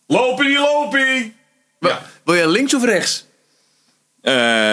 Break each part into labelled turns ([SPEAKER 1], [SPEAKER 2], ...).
[SPEAKER 1] Lopie.
[SPEAKER 2] Ja. Wil je links of rechts?
[SPEAKER 1] Dat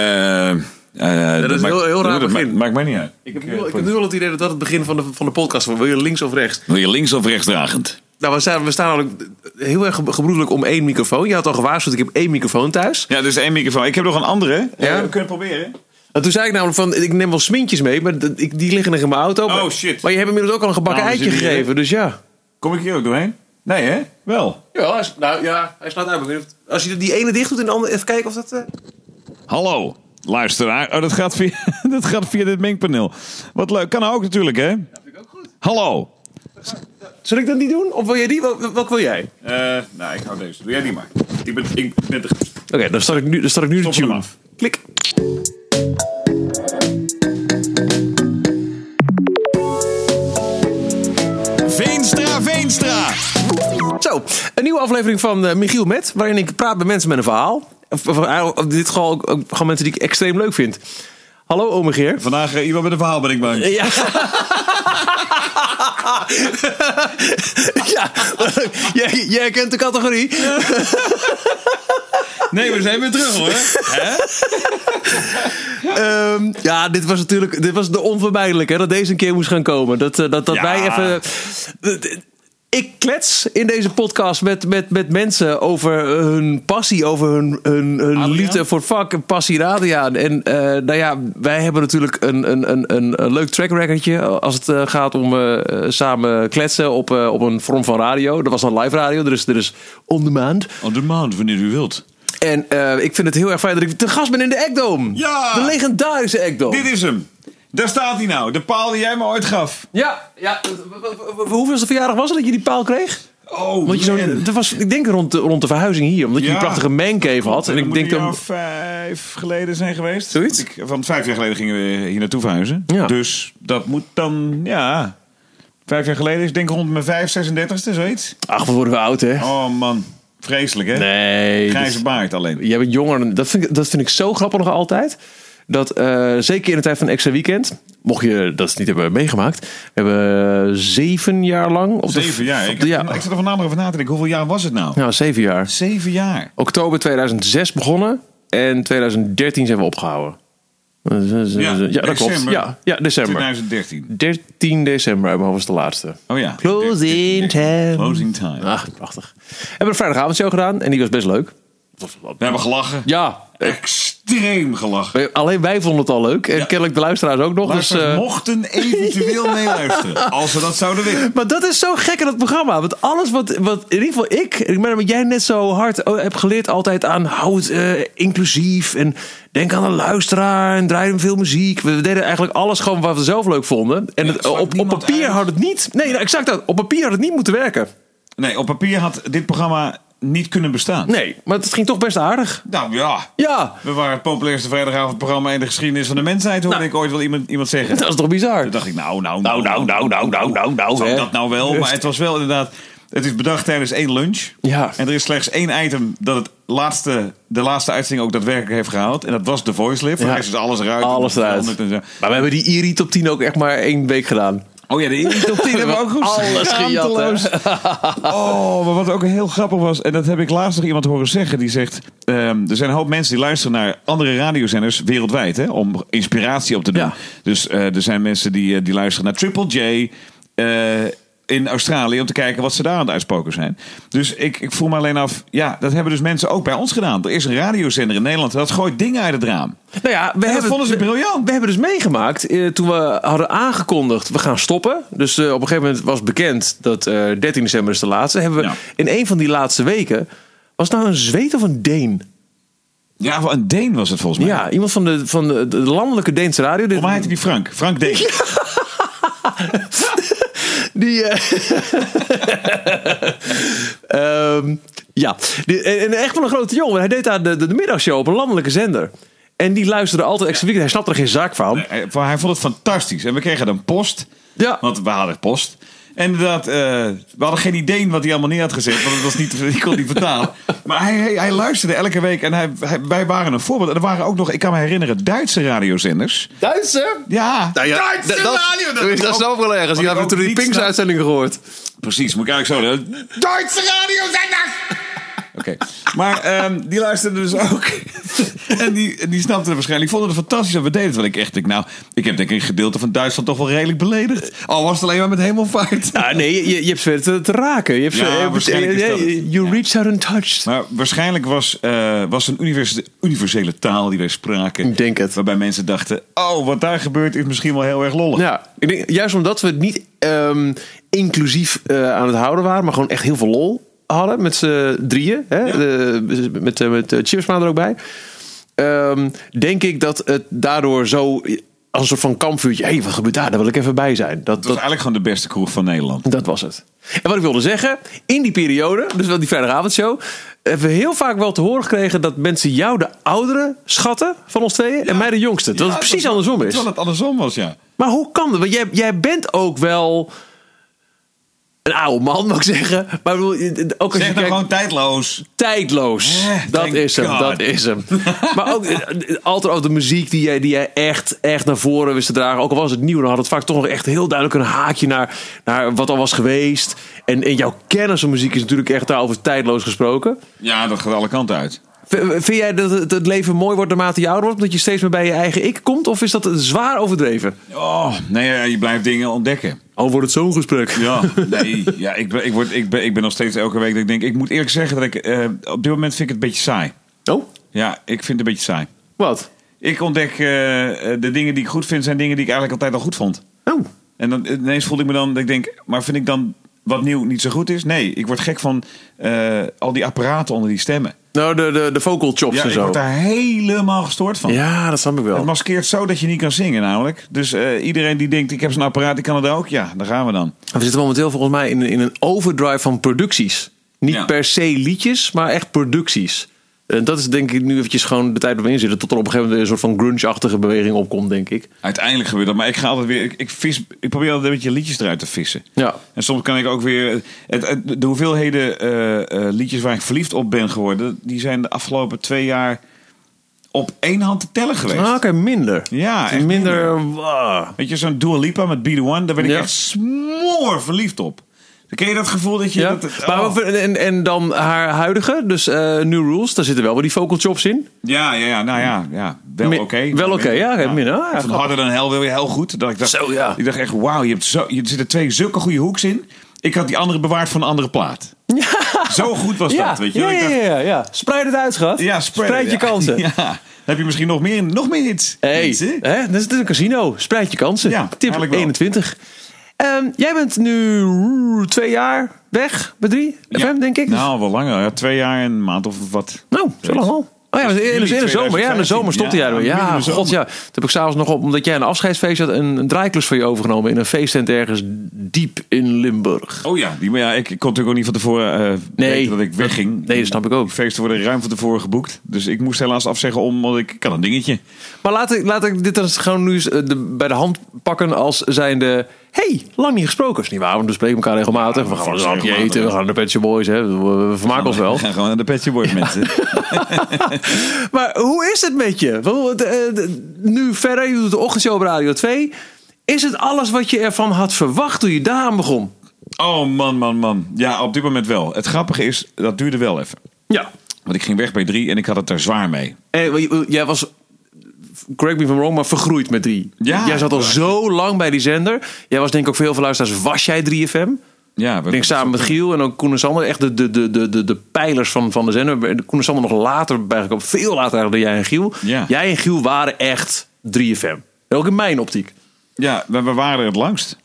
[SPEAKER 2] is een heel raar begin.
[SPEAKER 1] Maakt mij niet uit.
[SPEAKER 2] Ik heb nu al het idee dat het begin van de podcast was. Wil je links of rechts?
[SPEAKER 1] Wil je links of rechtsdragend?
[SPEAKER 2] Nou, we staan al heel erg gebroedelijk om 1 microfoon. Je had al gewaarschuwd, ik heb 1 microfoon thuis.
[SPEAKER 1] Ja, dus 1 microfoon. Ik heb nog een andere.
[SPEAKER 2] Ja?
[SPEAKER 1] We kunnen proberen.
[SPEAKER 2] En toen zei ik namelijk van, ik neem wel smintjes mee, maar die liggen nog in mijn auto.
[SPEAKER 1] Oh, shit.
[SPEAKER 2] Maar je hebt inmiddels ook al een gebakken eitje gegeven, dus ja.
[SPEAKER 1] Kom ik hier ook doorheen? Nee, hè? Wel.
[SPEAKER 2] Ja, hij slaat uit. Als je die ene dicht doet en de andere even kijken of dat...
[SPEAKER 1] Hallo, luisteraar. Oh, dat gaat via dit mengpaneel. Wat leuk. Kan ook natuurlijk, hè?
[SPEAKER 2] Dat vind ik ook goed.
[SPEAKER 1] Hallo.
[SPEAKER 2] Zal ik dat niet doen? Of wil jij die? Welke wil jij?
[SPEAKER 1] Nou, ik hou deze. Doe jij die maar. Ik ben te...
[SPEAKER 2] Oké, dan start ik nu de
[SPEAKER 1] Stop
[SPEAKER 2] tune
[SPEAKER 1] hem af.
[SPEAKER 2] Klik.
[SPEAKER 1] Veenstra.
[SPEAKER 2] Zo, een nieuwe aflevering van Michiel Met, waarin ik praat met mensen met een verhaal. In dit geval ook gewoon mensen die ik extreem leuk vind. Hallo, ome Geer.
[SPEAKER 1] Vandaag iemand met een verhaal ben ik bang.
[SPEAKER 2] Ja. Ja, jij kent de categorie.
[SPEAKER 1] Nee, we zijn weer terug hoor.
[SPEAKER 2] Ja, dit was de onvermijdelijke, hè, dat deze een keer moest gaan komen. Dat wij even... Ik klets in deze podcast met mensen over hun passie, over hun liefde voor het vak, passie in Adriaan. En wij hebben natuurlijk een leuk track recordje als het gaat om samen kletsen op een vorm van radio. Dat was dan live radio, er is on demand.
[SPEAKER 1] On demand, wanneer u wilt.
[SPEAKER 2] En ik vind het heel erg fijn dat ik te gast ben in de Ekdom.
[SPEAKER 1] Ja!
[SPEAKER 2] De legendarische Ekdom.
[SPEAKER 1] Dit is hem. Daar staat hij nou. De paal die jij me ooit gaf.
[SPEAKER 2] Ja. Hoeveelste verjaardag was het dat je die paal kreeg?
[SPEAKER 1] Oh,
[SPEAKER 2] want dat was, ik denk rond de verhuizing hier. Omdat je die prachtige mancave had. En ik denk dan
[SPEAKER 1] 5 geleden zijn geweest.
[SPEAKER 2] Zoiets?
[SPEAKER 1] Van 5 jaar geleden gingen we hier naartoe verhuizen. Ja. Dus dat moet dan, 5 jaar geleden is denk ik rond mijn 36e, zoiets.
[SPEAKER 2] Ach, we worden we oud, hè?
[SPEAKER 1] Oh man, vreselijk hè?
[SPEAKER 2] Nee.
[SPEAKER 1] Grijze baard alleen.
[SPEAKER 2] Jij bent jonger. Dat vind ik zo grappig nog altijd. Dat zeker in de tijd van Extra Weekend, mocht je dat niet hebben meegemaakt, we hebben 7 jaar lang.
[SPEAKER 1] 7 jaar? Ik zat er vanavond over na te denken. Hoeveel jaar was het nou?
[SPEAKER 2] Nou, 7 jaar.
[SPEAKER 1] 7 jaar.
[SPEAKER 2] Oktober 2006 begonnen en 2013 zijn we opgehouden. Ja, dat klopt. Ja, december.
[SPEAKER 1] 2013.
[SPEAKER 2] 13 december was de laatste.
[SPEAKER 1] Oh ja.
[SPEAKER 2] Closing time.
[SPEAKER 1] Closing time.
[SPEAKER 2] Ach, prachtig. We hebben een vrijdagavondshow gedaan en die was best leuk.
[SPEAKER 1] We hebben gelachen.
[SPEAKER 2] Ja.
[SPEAKER 1] Extreem gelachen.
[SPEAKER 2] Alleen wij vonden het al leuk. En kennelijk de luisteraars ook nog.
[SPEAKER 1] Luisteraars mochten eventueel meeluisteren. Als ze dat zouden willen.
[SPEAKER 2] Maar dat is zo gek in het programma. Want alles wat in ieder geval ik ben wat jij net zo hard heb geleerd altijd aan. Hou het inclusief. En denk aan de luisteraar. En draai hem veel muziek. We deden eigenlijk alles gewoon wat we zelf leuk vonden. En op papier had het niet. Nee, exact dat. Op papier had het niet moeten werken.
[SPEAKER 1] Nee, op papier had dit programma niet kunnen bestaan.
[SPEAKER 2] Nee, maar het ging toch best aardig.
[SPEAKER 1] Nou ja.
[SPEAKER 2] Ja.
[SPEAKER 1] We waren het populairste vrijdagavondprogramma in de geschiedenis van de mensheid, hoorde ik ooit wel iemand zeggen.
[SPEAKER 2] Dat is toch bizar?
[SPEAKER 1] Toen dacht ik, nou.
[SPEAKER 2] Zou
[SPEAKER 1] dat nou wel? Maar het was wel inderdaad. Het is bedacht tijdens 1 lunch.
[SPEAKER 2] Ja.
[SPEAKER 1] En er is slechts 1 item dat de laatste uitzending ook daadwerkelijk heeft gehaald. En dat was de voice lift. Voor de rest is alles eruit.
[SPEAKER 2] Alles eruit. Maar we hebben die IRI top 10 ook echt maar 1 week gedaan.
[SPEAKER 1] Oh ja, de IRI top 10 hebben we ook goed.
[SPEAKER 2] Alles gejat.
[SPEAKER 1] Oh, maar wat ook heel grappig was, en dat heb ik laatst nog iemand horen zeggen, die zegt, er zijn een hoop mensen die luisteren naar andere radiozenders wereldwijd, hè, om inspiratie op te doen. Ja. Dus er zijn mensen die luisteren naar Triple J in Australië om te kijken wat ze daar aan het uitspoken zijn. Dus ik voel me alleen af, dat hebben dus mensen ook bij ons gedaan. Er is een radiozender in Nederland dat gooit dingen uit het raam.
[SPEAKER 2] Nou ja,
[SPEAKER 1] dat vonden ze briljant.
[SPEAKER 2] We hebben dus meegemaakt toen we hadden aangekondigd we gaan stoppen. Dus op een gegeven moment was bekend dat 13 december is de laatste. Hebben we in een van die laatste weken, was het nou een Zweed of een Deen?
[SPEAKER 1] Ja, een Deen was het volgens mij.
[SPEAKER 2] Ja, iemand van de landelijke Deense radio.
[SPEAKER 1] Hoe heette die Frank? Frank Deen.
[SPEAKER 2] En echt wel een grote jongen. Hij deed daar de middagshow op een landelijke zender. En die luisterde altijd Extra Weekend. Hij snapte er geen zak van.
[SPEAKER 1] Hij vond het fantastisch. En we kregen dan post. Ja. Want we hadden post. En inderdaad, we hadden geen idee wat hij allemaal neer had gezet. Want het was niet, ik kon niet vertalen. Maar hij luisterde elke week. En wij waren een voorbeeld. En er waren ook nog, ik kan me herinneren, Duitse radiozenders.
[SPEAKER 2] Duitse?
[SPEAKER 1] Ja.
[SPEAKER 2] Duitse radio. Dat is zoveel ergens. Je hebt toen die Pinks-uitzendingen gehoord.
[SPEAKER 1] Precies, moet ik eigenlijk zo doen. Duitse radiozenders! Maar die luisterden dus ook. En die snapten het waarschijnlijk. Die vonden het fantastisch dat we deden het. Want ik echt, ik heb denk ik een gedeelte van Duitsland toch wel redelijk beledigd. Al was het alleen maar met hemelvaart.
[SPEAKER 2] Nee, je hebt ze te raken. Je hebt you reached out and touched.
[SPEAKER 1] Maar waarschijnlijk was een universele taal die wij spraken.
[SPEAKER 2] Ik denk het.
[SPEAKER 1] Waarbij mensen dachten, wat daar gebeurt is misschien wel heel erg lollig.
[SPEAKER 2] Ja, ik denk, juist omdat we het niet inclusief aan het houden waren, maar gewoon echt heel veel lol hadden met z'n drieën. Hè? Ja. Met Chipsma er ook bij. Denk ik dat het daardoor zo als een soort van kampvuurtje. Wat gebeurt daar? Daar wil ik even bij zijn. Dat was
[SPEAKER 1] eigenlijk gewoon de beste kroeg van Nederland.
[SPEAKER 2] Dat was het. En wat ik wilde zeggen, in die periode, dus wel die vrijdagavondshow, hebben we heel vaak wel te horen gekregen dat mensen jou de oudere schatten van ons tweeën en mij de jongste. Dat het precies andersom is.
[SPEAKER 1] Terwijl het andersom was, ja.
[SPEAKER 2] Maar hoe kan dat? Want jij bent ook wel een oude man, moet ik zeggen. Maar ook als
[SPEAKER 1] zeg dan gewoon tijdloos.
[SPEAKER 2] Tijdloos. Dat is hem. Maar ook altijd over de muziek die jij echt naar voren wist te dragen. Ook al was het nieuw, dan had het vaak toch nog echt heel duidelijk een haakje naar wat al was geweest. En jouw kennis van muziek is natuurlijk echt daarover tijdloos gesproken.
[SPEAKER 1] Ja, dat gaat alle kanten uit.
[SPEAKER 2] Vind jij dat het leven mooi wordt naarmate je ouder wordt? Omdat je steeds meer bij je eigen ik komt? Of is dat zwaar overdreven?
[SPEAKER 1] Nee, je blijft dingen ontdekken.
[SPEAKER 2] Al wordt het zo'n gesprek.
[SPEAKER 1] Ja, nee. Ja, ik ben nog steeds elke week dat ik denk... Ik moet eerlijk zeggen dat ik... op dit moment vind ik het een beetje saai.
[SPEAKER 2] Oh?
[SPEAKER 1] Ja, ik vind het een beetje saai.
[SPEAKER 2] Wat?
[SPEAKER 1] Ik ontdek de dingen die ik goed vind... zijn dingen die ik eigenlijk altijd al goed vond.
[SPEAKER 2] Oh.
[SPEAKER 1] En dan ineens voel ik me dan... dat ik denk, maar vind ik dan wat nieuw niet zo goed is? Nee, ik word gek van al die apparaten onder die stemmen.
[SPEAKER 2] Nou, de vocal chops en zo.
[SPEAKER 1] Ik word daar helemaal gestoord van.
[SPEAKER 2] Ja, dat snap ik wel.
[SPEAKER 1] Het maskeert zo dat je niet kan zingen namelijk. Dus iedereen die denkt, ik heb zo'n apparaat, ik kan het ook. Ja, daar gaan we dan.
[SPEAKER 2] We zitten momenteel volgens mij in een overdrive van producties. Niet per se liedjes, maar echt producties. En dat is denk ik nu eventjes gewoon de tijd waar we in zitten. Tot er op een gegeven moment een soort van grunge-achtige beweging opkomt, denk ik.
[SPEAKER 1] Uiteindelijk gebeurt dat. Maar ik ga altijd weer... Ik probeer altijd een beetje liedjes eruit te vissen.
[SPEAKER 2] Ja.
[SPEAKER 1] En soms kan ik ook weer... De hoeveelheden liedjes waar ik verliefd op ben geworden... die zijn de afgelopen 2 jaar op 1 hand te tellen geweest.
[SPEAKER 2] Oké, minder.
[SPEAKER 1] Ja, echt
[SPEAKER 2] minder.
[SPEAKER 1] Weet je, zo'n Dua Lipa met Be The One... daar ben ik echt smoor verliefd op. Ken je dat gevoel dat je...
[SPEAKER 2] Ja. Maar en dan haar huidige, dus New Rules, daar zitten wel die vocal chops in.
[SPEAKER 1] Ja. Wel oké.
[SPEAKER 2] Wel oké, ja.
[SPEAKER 1] Van Harder dan Hell wil je heel goed. Dat ik dacht,
[SPEAKER 2] zo, ja.
[SPEAKER 1] Ik dacht echt, wauw, je zitten 2 zulke goede hoeks in. Ik had die andere bewaard voor een andere plaat.
[SPEAKER 2] Ja.
[SPEAKER 1] Zo goed was dat, weet je.
[SPEAKER 2] Ja. Spreid het uit, schat.
[SPEAKER 1] Ja,
[SPEAKER 2] spreid je kansen.
[SPEAKER 1] Ja. Dan heb je misschien nog meer hits.
[SPEAKER 2] Dat is een casino. Spreid je kansen.
[SPEAKER 1] Ja,
[SPEAKER 2] tip 21. Jij bent nu 2 jaar weg bij 3FM, denk ik.
[SPEAKER 1] Nou, wel langer. Ja, 2 jaar en een maand of wat.
[SPEAKER 2] Nou, zo lang al. Oh ja, in de zomer. Ja, in de zomer stopte jij er. Ja, god ja. Toen heb ik s'avonds nog op, omdat jij een afscheidsfeest had, een draaiklus voor je overgenomen in een feesttent ergens diep in Limburg.
[SPEAKER 1] Oh ja, ik kon natuurlijk ook niet van tevoren weten dat ik wegging.
[SPEAKER 2] Nee, dat snap ik ook.
[SPEAKER 1] Die feesten worden ruim van tevoren geboekt. Dus ik moest helaas afzeggen omdat ik had een dingetje.
[SPEAKER 2] Maar laat ik dit dan gewoon nu bij de hand pakken als zijnde... Hey, lang niet gesproken. Dat is niet waar, want we spreken elkaar regelmatig. We gaan een hapje eten, we gaan naar de Pet Shop Boys. Hè. We vermaken ons wel.
[SPEAKER 1] We gaan gewoon naar de Pet Shop Boys, mensen.
[SPEAKER 2] Maar hoe is het met je? Nu verder, je doet de ochtendshow op Radio 2. Is het alles wat je ervan had verwacht toen je daaraan begon?
[SPEAKER 1] Oh, man. Ja, op dit moment wel. Het grappige is, dat duurde wel even.
[SPEAKER 2] Ja.
[SPEAKER 1] Want ik ging weg bij 3 en ik had het daar zwaar mee.
[SPEAKER 2] Jij was... Correct me if I'm wrong, maar vergroeid met 3.
[SPEAKER 1] Ja,
[SPEAKER 2] jij zat al zo lang bij die zender. Jij was denk ik ook voor heel veel luisteraars. Was jij 3FM?
[SPEAKER 1] Ja,
[SPEAKER 2] ik denk samen met Giel en ook Koen en Sander. Echt de pijlers van de zender. Koen en Sander nog later bijgekomen. Veel later eigenlijk dan jij en Giel.
[SPEAKER 1] Ja.
[SPEAKER 2] Jij en Giel waren echt 3FM. Ook in mijn optiek.
[SPEAKER 1] Ja, we waren er het langst.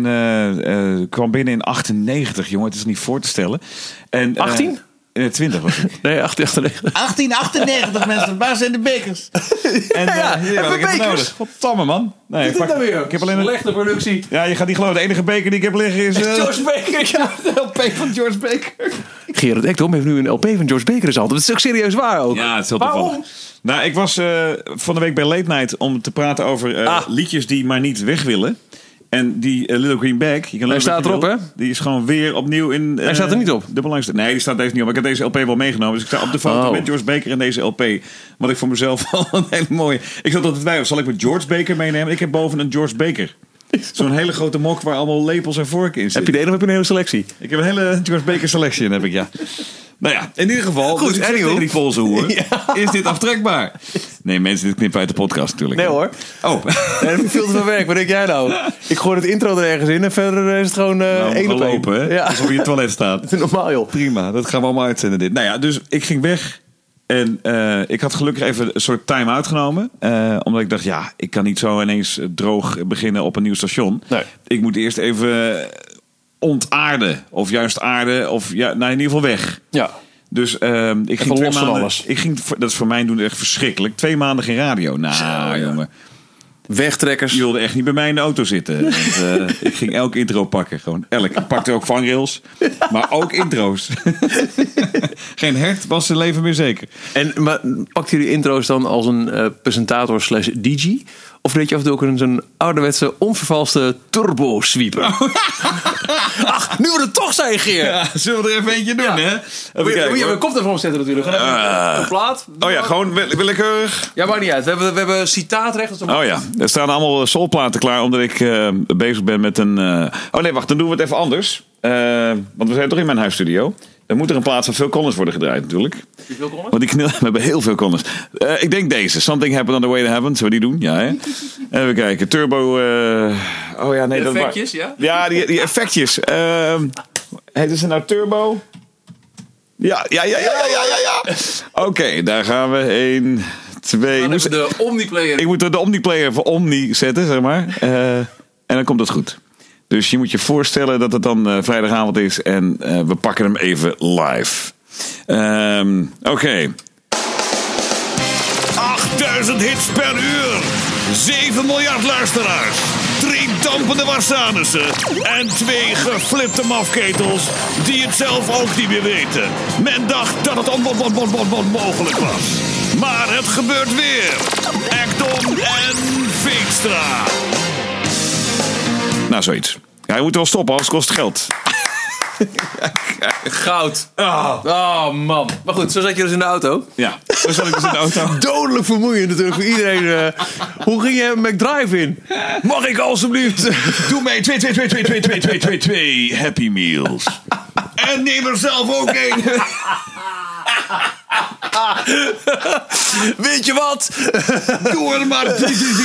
[SPEAKER 1] En kwam binnen in 98, jongen. Het is niet voor te stellen. En,
[SPEAKER 2] 18?
[SPEAKER 1] 20 was ik.
[SPEAKER 2] Nee, 1898.
[SPEAKER 1] 1898 mensen, waar zijn de bekers? En
[SPEAKER 2] even bekers.
[SPEAKER 1] Goddamme, man. Nee,
[SPEAKER 2] ik heb alleen een slechte productie.
[SPEAKER 1] Ja, je gaat niet geloven. De enige beker die ik heb liggen is...
[SPEAKER 2] George Baker, ja.
[SPEAKER 1] De LP van George Baker.
[SPEAKER 2] Gerard Ekdom heeft nu een LP van George Baker in zijn hand. Dat is ook serieus waar ook.
[SPEAKER 1] Ja, het is heel toevallig. Nou, ik was van de week bij Late Night om te praten over liedjes die maar niet weg willen. En die Little Green Bag...
[SPEAKER 2] Hij staat erop, hè?
[SPEAKER 1] Die is gewoon weer opnieuw in...
[SPEAKER 2] Hij staat er niet op?
[SPEAKER 1] De belangstelling. Nee, die staat deze niet op. Ik heb deze LP wel meegenomen. Dus ik sta op de foto met George Baker en deze LP. Wat ik voor mezelf al een hele mooie... Ik zat altijd bij, zal ik met George Baker meenemen? Ik heb boven een George Baker. Zo'n hele grote mok waar allemaal lepels en vorken in zitten.
[SPEAKER 2] Heb je de ene of heb je een hele selectie?
[SPEAKER 1] Ik heb een hele George Baker selectie in, heb ik, ja. Nou ja, in ieder geval.
[SPEAKER 2] Goed,
[SPEAKER 1] dus ik zeg tegen die Poolse hoer. Is dit aftrekbaar? Nee, mensen, dit knippen uit de podcast natuurlijk.
[SPEAKER 2] Nee hoor.
[SPEAKER 1] Oh.
[SPEAKER 2] Nee, dat heb ik veel te veel werk. Wat denk jij nou? Ik gooi het intro er ergens in en verder is het gewoon één op één.
[SPEAKER 1] Lopen, hè? Ja. Alsof je in het toilet staat.
[SPEAKER 2] Dat is normaal, joh.
[SPEAKER 1] Prima, dat gaan we allemaal uitzenden dit. Nou ja, dus ik ging weg. En ik had gelukkig even een soort time-out genomen. Omdat ik dacht, ja, ik kan niet zo ineens droog beginnen op een nieuw station.
[SPEAKER 2] Nee.
[SPEAKER 1] Ik moet eerst even ontaarden. Of juist aarden. Of ja, nou, in ieder geval weg.
[SPEAKER 2] Ja.
[SPEAKER 1] Dus ik ging 2 maanden.
[SPEAKER 2] Alles.
[SPEAKER 1] Dat is voor mij doen echt verschrikkelijk. 2 maanden geen radio. Nou, jongen.
[SPEAKER 2] Wegtrekkers.
[SPEAKER 1] Je wilde echt niet bij mij in de auto zitten. Want, ik ging elk intro pakken. Gewoon elk. Ik pakte ook vangrails. Maar ook intro's. Geen hert was zijn leven meer zeker.
[SPEAKER 2] Maar pakte jullie intro's dan als een presentator/DJ? Of deed je af en toe ook zo'n ouderwetse, onvervalste turbo-sweeper? Ach, nu we er toch zijn, Geer.
[SPEAKER 1] Ja, zullen we er even eentje doen, hè?
[SPEAKER 2] Moet je een koptelefoon zetten natuurlijk. Een plaat.
[SPEAKER 1] Oh ja, gewoon willekeurig.
[SPEAKER 2] Ja, maakt niet uit. We hebben citaatrecht.
[SPEAKER 1] Oh ja, er staan allemaal soulplaten klaar omdat ik bezig ben met een... Oh nee, wacht, dan doen we het even anders. Want we zijn toch in mijn huisstudio. Er moet er een plaats van Phil Collins worden gedraaid natuurlijk.
[SPEAKER 2] Phil Collins?
[SPEAKER 1] Want we hebben heel veel Collins. Ik denk deze. Something Happened on the Way to Heaven. Zullen we die doen? Ja, hè? Even kijken. Turbo... Oh ja, nee.
[SPEAKER 2] De effectjes, ja?
[SPEAKER 1] Ja, die effectjes. Heet ze nou Turbo? Ja. Oké, daar gaan we. 1, 2...
[SPEAKER 2] Dan even de Omniplayer.
[SPEAKER 1] Ik moet de Omniplayer voor Omni zetten, zeg maar. En dan komt het goed. Dus je moet je voorstellen dat het dan vrijdagavond is. En we pakken hem even live. Oké. 8000 hits per uur. 7 miljard luisteraars. 3 dampende wassanissen. En 2 geflipte mafketels die het zelf ook niet meer weten. Men dacht dat het onmogelijk was. Maar het gebeurt weer. Ekdom en Veenstra. Nou, zoiets. Ja, je moet wel stoppen, anders kost het geld.
[SPEAKER 2] Goud. Oh man. Maar goed, zo zat je dus in de auto.
[SPEAKER 1] Ja, zo zat ik dus in de auto.
[SPEAKER 2] Dodelijk vermoeiend natuurlijk voor iedereen. Hoe ging je McDrive in? Mag ik alsjeblieft?
[SPEAKER 1] Doe mij 2 Happy Meals. En neem er zelf ook 1.
[SPEAKER 2] Weet je wat?
[SPEAKER 1] Doe er maar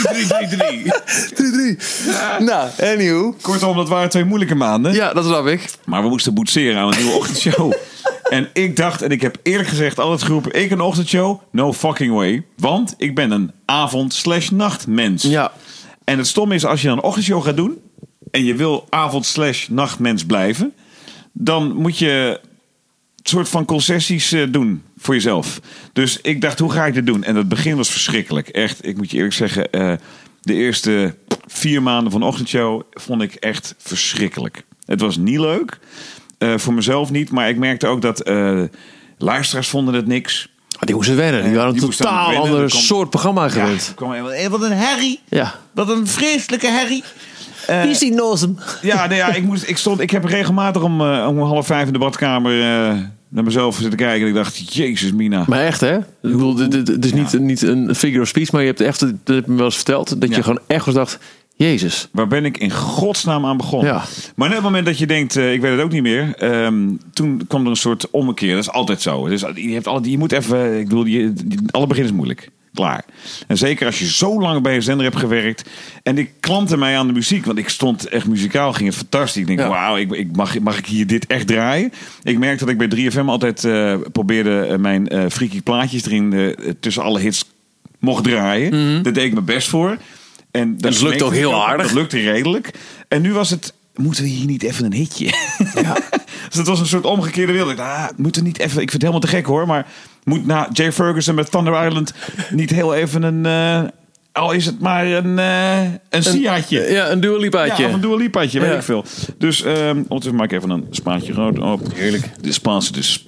[SPEAKER 1] 3.
[SPEAKER 2] Nou, anywho.
[SPEAKER 1] Kortom, dat waren 2 moeilijke maanden.
[SPEAKER 2] Ja, dat snap ik.
[SPEAKER 1] Maar we moesten boetseren aan een nieuwe ochtendshow. En ik dacht, en ik heb eerlijk gezegd altijd geroepen, ik een ochtendshow? No fucking way. Want ik ben een avond/nachtmens.
[SPEAKER 2] Ja.
[SPEAKER 1] En het stomme is, als je een ochtendshow gaat doen en je wil avond/nachtmens blijven, dan moet je soort van concessies doen voor jezelf. Dus ik dacht, hoe ga ik dit doen? En het begin was verschrikkelijk. Echt, ik moet je eerlijk zeggen, de eerste 4 maanden van ochtendshow vond ik echt verschrikkelijk. Het was niet leuk. Voor mezelf niet. Maar ik merkte ook dat luisteraars vonden het niks.
[SPEAKER 2] Die moesten wennen. Die waren een totaal ander soort programma gewend.
[SPEAKER 1] Wat een herrie.
[SPEAKER 2] Ja.
[SPEAKER 1] Wat een vreselijke herrie.
[SPEAKER 2] Wie is die nozem?
[SPEAKER 1] Ja, nee, ja, ik heb regelmatig om 4:30 in de badkamer naar mezelf zitten kijken. En ik dacht, jezus mina.
[SPEAKER 2] Maar echt hè? Ik bedoel, het is niet een figure of speech, maar je hebt echt, dat heb je me wel eens verteld, dat je gewoon echt was dacht, jezus.
[SPEAKER 1] Waar ben ik in godsnaam aan begonnen? Ja. Maar net op het moment dat je denkt, ik weet het ook niet meer. Toen kwam er een soort ommekeer. Dat is altijd zo. Dus je moet even, ik bedoel, alle begin is moeilijk. Klaar. En zeker als je zo lang bij een zender hebt gewerkt. En ik klampte mij aan de muziek. Want ik stond echt muzikaal, ging het fantastisch. Ik denk, wauw, mag ik hier dit echt draaien? Ik merkte dat ik bij 3FM altijd probeerde mijn freaky plaatjes erin tussen alle hits mocht draaien. Mm-hmm. Daar deed ik mijn best voor. En
[SPEAKER 2] dat lukte ook heel aardig.
[SPEAKER 1] Dat lukte redelijk. En nu was het, moeten we hier niet even een hitje? Ja. Dus het was een soort omgekeerde wereld. Moeten we niet even, ik vind het helemaal te gek hoor, maar moet na Jay Ferguson met Thunder Island niet heel even een, al is het maar een Siaatje.
[SPEAKER 2] Ja, een Dua Lipaatje.
[SPEAKER 1] Ja, of een Dua Lipaatje, weet ik veel. Dus ondertussen maak ik even een spaatje rood op.
[SPEAKER 2] Heerlijk.
[SPEAKER 1] De Spaanse, dus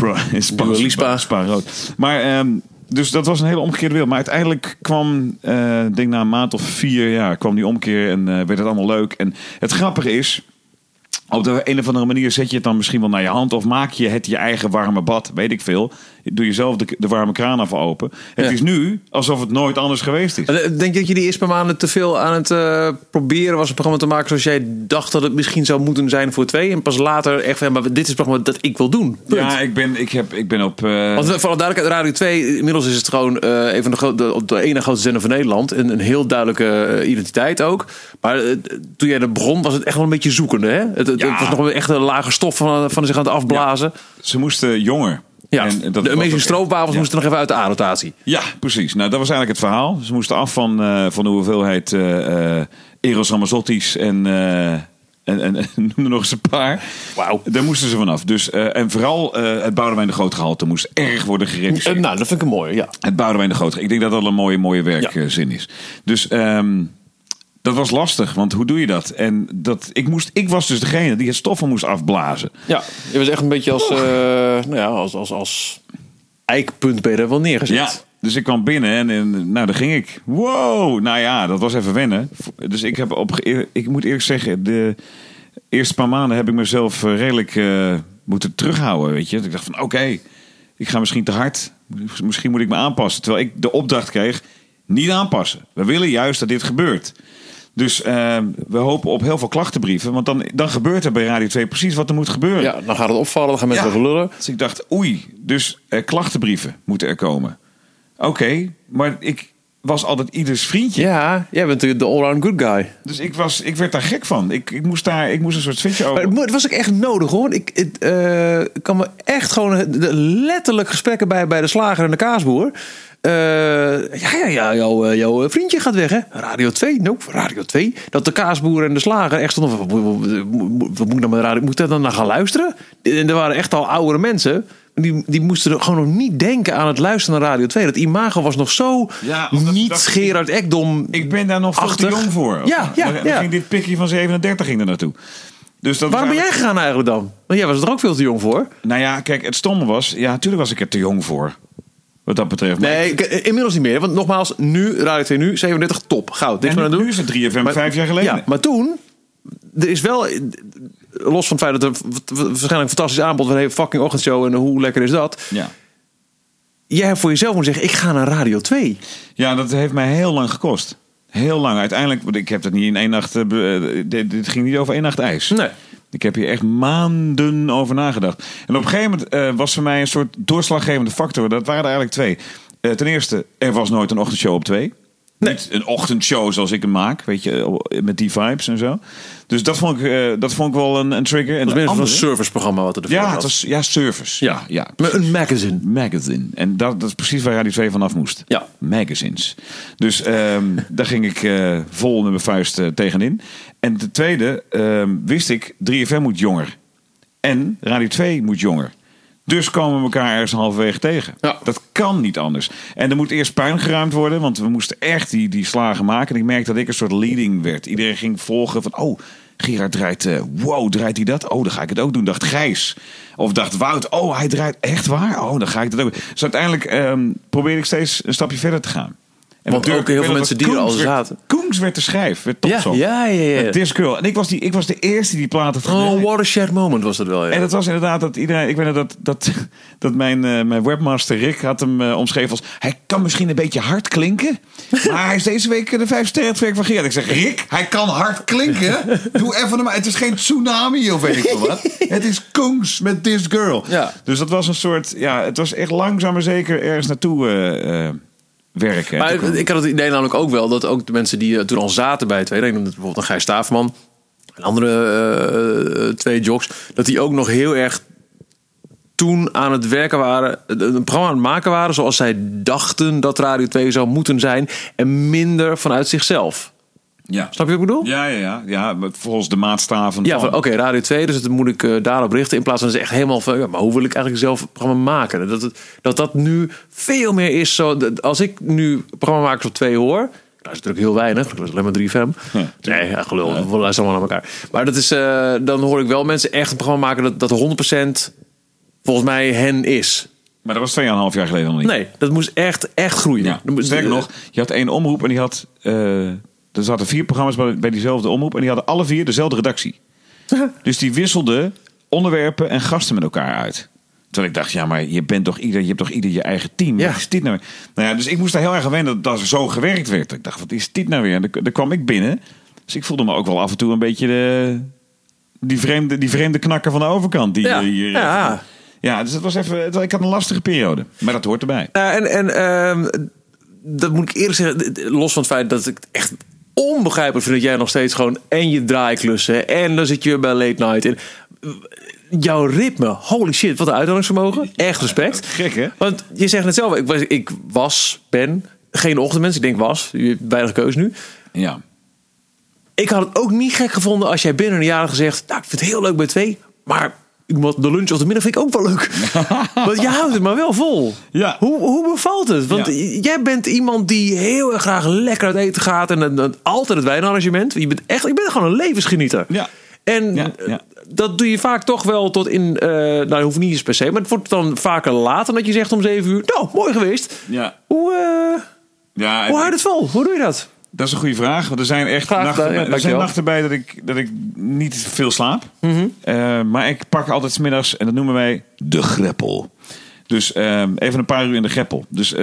[SPEAKER 1] Spa rood. Maar dus dat was een hele omgekeerde wereld. Maar uiteindelijk kwam, denk na een maand of 4 jaar, kwam die omkeer en werd het allemaal leuk. En het grappige is, Op de een of andere manier zet je het dan misschien wel naar je hand. Of maak je het je eigen warme bad. Weet ik veel. Doe je zelf de warme kraan even open. Het is nu alsof het nooit anders geweest is.
[SPEAKER 2] Denk je dat je die eerste paar maanden te veel aan het proberen was een programma te maken zoals jij dacht dat het misschien zou moeten zijn voor 2? En pas later echt van, maar dit is het programma dat ik wil doen. Punt.
[SPEAKER 1] Ja, ik ben op...
[SPEAKER 2] Want voor alle duidelijkheid, Radio 2, inmiddels is het gewoon een van de ene grootste zender van Nederland. En een heel duidelijke identiteit ook. Maar toen jij er begon, was het echt wel een beetje zoekende. Hè? Het was nog echt een lage stof van zich aan het afblazen.
[SPEAKER 1] Ja, ze moesten jonger.
[SPEAKER 2] Ja, de Amazing Stroopwafels moesten nog even uit de A-rotatie.
[SPEAKER 1] Ja, precies. Nou, dat was eigenlijk het verhaal. Ze moesten af van de hoeveelheid Eros Ramazzotti's en noem er nog eens een paar.
[SPEAKER 2] Wauw.
[SPEAKER 1] Daar moesten ze vanaf. Dus, en vooral het Boudewijn de Grootgehalte moest erg worden gereduceerd.
[SPEAKER 2] Nou, dat vind ik een mooie, ja.
[SPEAKER 1] Het Boudewijn de Grootgehalte. Ik denk dat dat een mooie werkzin is. Dus... dat was lastig, want hoe doe je dat? En ik was dus degene die het stoffen moest afblazen.
[SPEAKER 2] Ja, je was echt een beetje als eikpunt ben je er wel neergezet.
[SPEAKER 1] Ja, dus ik kwam binnen en daar ging ik. Wow, nou ja, dat was even wennen. Dus ik moet eerlijk zeggen, de eerste paar maanden heb ik mezelf redelijk moeten terughouden. Weet je? Ik dacht van oké, ik ga misschien te hard. Misschien moet ik me aanpassen. Terwijl ik de opdracht kreeg, niet aanpassen. We willen juist dat dit gebeurt. Dus we hopen op heel veel klachtenbrieven. Want dan gebeurt er bij Radio 2 precies wat er moet gebeuren.
[SPEAKER 2] Ja, dan gaat het opvallen, dan gaan mensen over lullen.
[SPEAKER 1] Dus ik dacht, dus klachtenbrieven moeten er komen. Oké, maar ik was altijd ieders vriendje.
[SPEAKER 2] Ja, jij bent de all-round good guy.
[SPEAKER 1] Dus ik werd daar gek van. Ik moest een soort switch over.
[SPEAKER 2] Maar het was ook echt nodig hoor. Ik kan me echt gewoon letterlijk gesprekken bij de slager en de kaasboer. Jouw vriendje gaat weg, hè? Radio 2, nope, Radio 2. Dat de kaasboer en de slager echt stonden. Wat moet ik dan met radio? Moet ik dan naar gaan luisteren? En er waren echt al oudere mensen. Die moesten er gewoon nog niet denken aan het luisteren naar Radio 2. Dat imago was nog zo niet Gerard Ekdom.
[SPEAKER 1] Ik ben daar nog veel te jong voor. Dan ging dit pikje van 37 ging er naartoe. Dus waarom
[SPEAKER 2] ben jij gegaan eigenlijk dan? Want jij was er ook veel te jong voor.
[SPEAKER 1] Nou ja, kijk, het stomme was... Ja, natuurlijk was ik er te jong voor. Wat dat betreft.
[SPEAKER 2] Nee, inmiddels niet meer. Want nogmaals, nu, Radio 2 nu, 37, top, goud. Niks meer aan doen.
[SPEAKER 1] Nu is het 3FM 5 jaar geleden.
[SPEAKER 2] Ja, maar toen... Er is wel... Los van het feit dat er waarschijnlijk een fantastisch aanbod... van een hele fucking ochtendshow en hoe lekker is dat...
[SPEAKER 1] Ja.
[SPEAKER 2] Jij hebt voor jezelf moeten zeggen, ik ga naar Radio 2.
[SPEAKER 1] Ja, dat heeft mij heel lang gekost. Heel lang. Uiteindelijk, ik heb dat niet in één nacht... dit ging niet over één nacht ijs.
[SPEAKER 2] Nee.
[SPEAKER 1] Ik heb hier echt maanden over nagedacht. En op een gegeven moment was voor mij een soort doorslaggevende factor. Dat waren er eigenlijk 2. Ten eerste, er was nooit een ochtendshow op 2. Nee. Niet een ochtendshow zoals ik hem maak, weet je, met die vibes en zo. Dus dat vond ik wel een trigger. En
[SPEAKER 2] dat was een serviceprogramma wat er
[SPEAKER 1] was. Ja, het was service. Ja.
[SPEAKER 2] Een magazine.
[SPEAKER 1] Magazine. En dat is precies waar Radio 2 vanaf moest.
[SPEAKER 2] Ja.
[SPEAKER 1] Magazines. Dus daar ging ik vol met mijn vuist tegenin. En ten tweede wist ik, 3FM moet jonger. En Radio 2 moet jonger. Dus komen we elkaar ergens halverwege tegen.
[SPEAKER 2] Ja.
[SPEAKER 1] Dat kan niet anders. En er moet eerst puin geruimd worden. Want we moesten echt die slagen maken. En ik merkte dat ik een soort leading werd. Iedereen ging volgen van... Oh, Gerard draait... draait hij dat? Oh, dan ga ik het ook doen. Dacht Gijs. Of dacht Wout... Oh, hij draait echt waar? Oh, dan ga ik dat ook. Dus uiteindelijk probeerde ik steeds een stapje verder te gaan. En
[SPEAKER 2] want ook heel veel mensen die er al zaten.
[SPEAKER 1] Koens werd de schijf. Werd topsong.
[SPEAKER 2] Ja.
[SPEAKER 1] This Girl. En ik was de eerste die plaat had gedraaid.
[SPEAKER 2] Oh, watershed moment was dat wel. Ja.
[SPEAKER 1] En dat was inderdaad dat iedereen... Ik weet dat mijn webmaster Rick had hem omschreven als... Hij kan misschien een beetje hard klinken. Maar hij is deze week de 5 sterren van Gerard. Ik zeg, Rick, hij kan hard klinken. Doe even normaal. Het is geen tsunami of weet ik veel wat. Het is Koens met This Girl. Ja. Dus dat was een soort... Ja, het was echt langzaam maar zeker ergens naartoe... werken.
[SPEAKER 2] Maar ik had het idee namelijk ook wel dat ook de mensen die toen al zaten bij het tweede, ik noemde bijvoorbeeld een Gijs Staverman, en andere 2 jocks, dat die ook nog heel erg toen aan het werken waren, een programma aan het maken waren zoals zij dachten dat Radio 2 zou moeten zijn en minder vanuit zichzelf.
[SPEAKER 1] Ja.
[SPEAKER 2] Snap je wat ik bedoel?
[SPEAKER 1] Ja, volgens de maatstaven.
[SPEAKER 2] Ja, oké, Radio 2, dus dat moet ik daarop richten. In plaats van ze echt helemaal van, maar hoe wil ik eigenlijk zelf het programma maken? Dat nu veel meer is zo. Als ik nu programmamakers op 2 hoor, dat is natuurlijk heel weinig. Dat is alleen maar 3FM. Nee, gelul, we luisteren allemaal naar elkaar. Maar dat is, dan hoor ik wel mensen echt een programma maken dat 100% volgens mij hen is.
[SPEAKER 1] Maar dat was 2,5 jaar geleden nog niet.
[SPEAKER 2] Nee, dat moest echt groeien.
[SPEAKER 1] Ja. Sterker nog, je had 1 omroep en die had... er zaten 4 programma's bij diezelfde omroep en die hadden alle 4 dezelfde redactie. Dus die wisselde onderwerpen en gasten met elkaar uit. Terwijl ik dacht, ja, maar je hebt toch ieder je eigen team.
[SPEAKER 2] Ja.
[SPEAKER 1] Wat is dit nou weer? Nou ja, dus ik moest daar heel erg aan wennen dat er zo gewerkt werd. Ik dacht, wat is dit nou weer? En dan kwam ik binnen. Dus ik voelde me ook wel af en toe een beetje die vreemde knakker van de overkant. Ja, dus het was even. Ik had een lastige periode. Maar dat hoort erbij.
[SPEAKER 2] Dat moet ik eerlijk zeggen. Los van het feit dat ik echt onbegrijpelijk vind dat jij nog steeds gewoon en je draaiklussen en dan zit je bij late night in. Jouw ritme, holy shit, wat een uithoudingsvermogen. Echt respect.
[SPEAKER 1] Gek, hè?
[SPEAKER 2] Want je zegt het zelf, ik ben geen ochtendmens. Ik denk je hebt weinig keus nu.
[SPEAKER 1] Ja.
[SPEAKER 2] Ik had het ook niet gek gevonden als jij binnen een jaar had gezegd, nou, ik vind het heel leuk bij 2, maar de lunch of de middag vind ik ook wel leuk. Want je houdt het maar wel vol.
[SPEAKER 1] Ja.
[SPEAKER 2] Hoe bevalt het? Want jij bent iemand die heel erg graag lekker uit eten gaat en altijd het wijnarrangement. Je bent gewoon een levensgenieter.
[SPEAKER 1] Ja.
[SPEAKER 2] En dat doe je vaak toch wel tot in... dat hoeft niet eens per se. Maar het wordt dan vaker later dat je zegt om 7 uur... Nou, mooi geweest.
[SPEAKER 1] Ja.
[SPEAKER 2] Hoe houdt het vol? Hoe doe je dat?
[SPEAKER 1] Dat is een goede vraag. Want er zijn echt nachten bij dat ik niet veel slaap. Mm-hmm. Maar ik pak altijd 's middags, en dat noemen wij de greppel. Dus even een paar uur in de greppel. Dus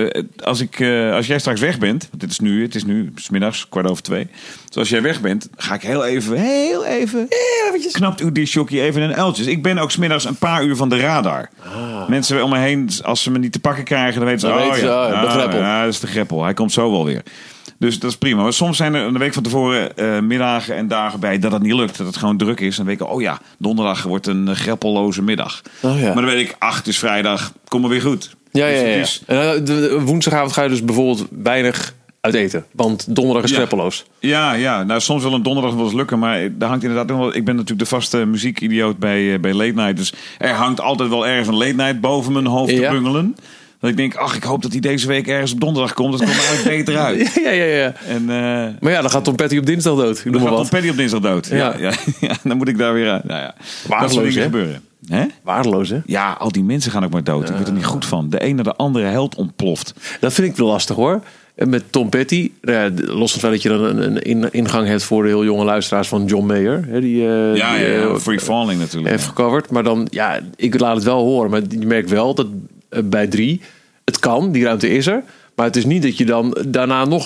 [SPEAKER 1] als jij straks weg bent, want het is nu 's middags 2:15. Dus als jij weg bent, ga ik heel even knapt uw discjockey even in een uiltje. Dus ik ben ook 's middags een paar uur van de radar. Mensen om me heen, als ze me niet te pakken krijgen, dan weten ze,
[SPEAKER 2] de greppel.
[SPEAKER 1] Ja, dat is de greppel. Hij komt zo wel weer. Dus dat is prima. Maar soms zijn er een week van tevoren middagen en dagen bij dat het niet lukt. Dat het gewoon druk is. En dan weet ik, donderdag wordt een greppelloze middag.
[SPEAKER 2] Oh, ja.
[SPEAKER 1] Maar dan weet ik, het is vrijdag. Kom maar weer goed.
[SPEAKER 2] Ja.
[SPEAKER 1] Dus
[SPEAKER 2] En woensdagavond ga je dus bijvoorbeeld weinig uit eten. Want donderdag is greppelloos.
[SPEAKER 1] Ja. Nou, soms wil een donderdag wel eens lukken. Maar daar hangt inderdaad nog wel... Ik ben natuurlijk de vaste muziekidioot bij Late Night. Dus er hangt altijd wel ergens een Late Night boven mijn hoofd te bungelen. Dat ik denk, ik hoop dat hij deze week ergens op donderdag komt. Dat komt er eigenlijk beter uit.
[SPEAKER 2] Ja.
[SPEAKER 1] En,
[SPEAKER 2] maar dan gaat Tom Petty op dinsdag dood.
[SPEAKER 1] Tom Petty op dinsdag dood. Ja. Dan moet ik daar weer aan. Nou ja.
[SPEAKER 2] Waardeloos, hè?
[SPEAKER 1] Gebeuren. Hè?
[SPEAKER 2] Waardeloos, hè?
[SPEAKER 1] Ja, al die mensen gaan ook maar dood. Ik word er niet goed van. De een naar de andere held ontploft.
[SPEAKER 2] Dat vind ik wel lastig, hoor. Met Tom Petty, los van het feit dat je dan een ingang hebt voor de heel jonge luisteraars van John Mayer. Hè, die
[SPEAKER 1] Free Falling natuurlijk.
[SPEAKER 2] Heeft gecoverd. Maar dan, ik laat het wel horen. Maar je merkt wel dat bij 3, het kan, die ruimte is er. Maar het is niet dat je dan daarna nog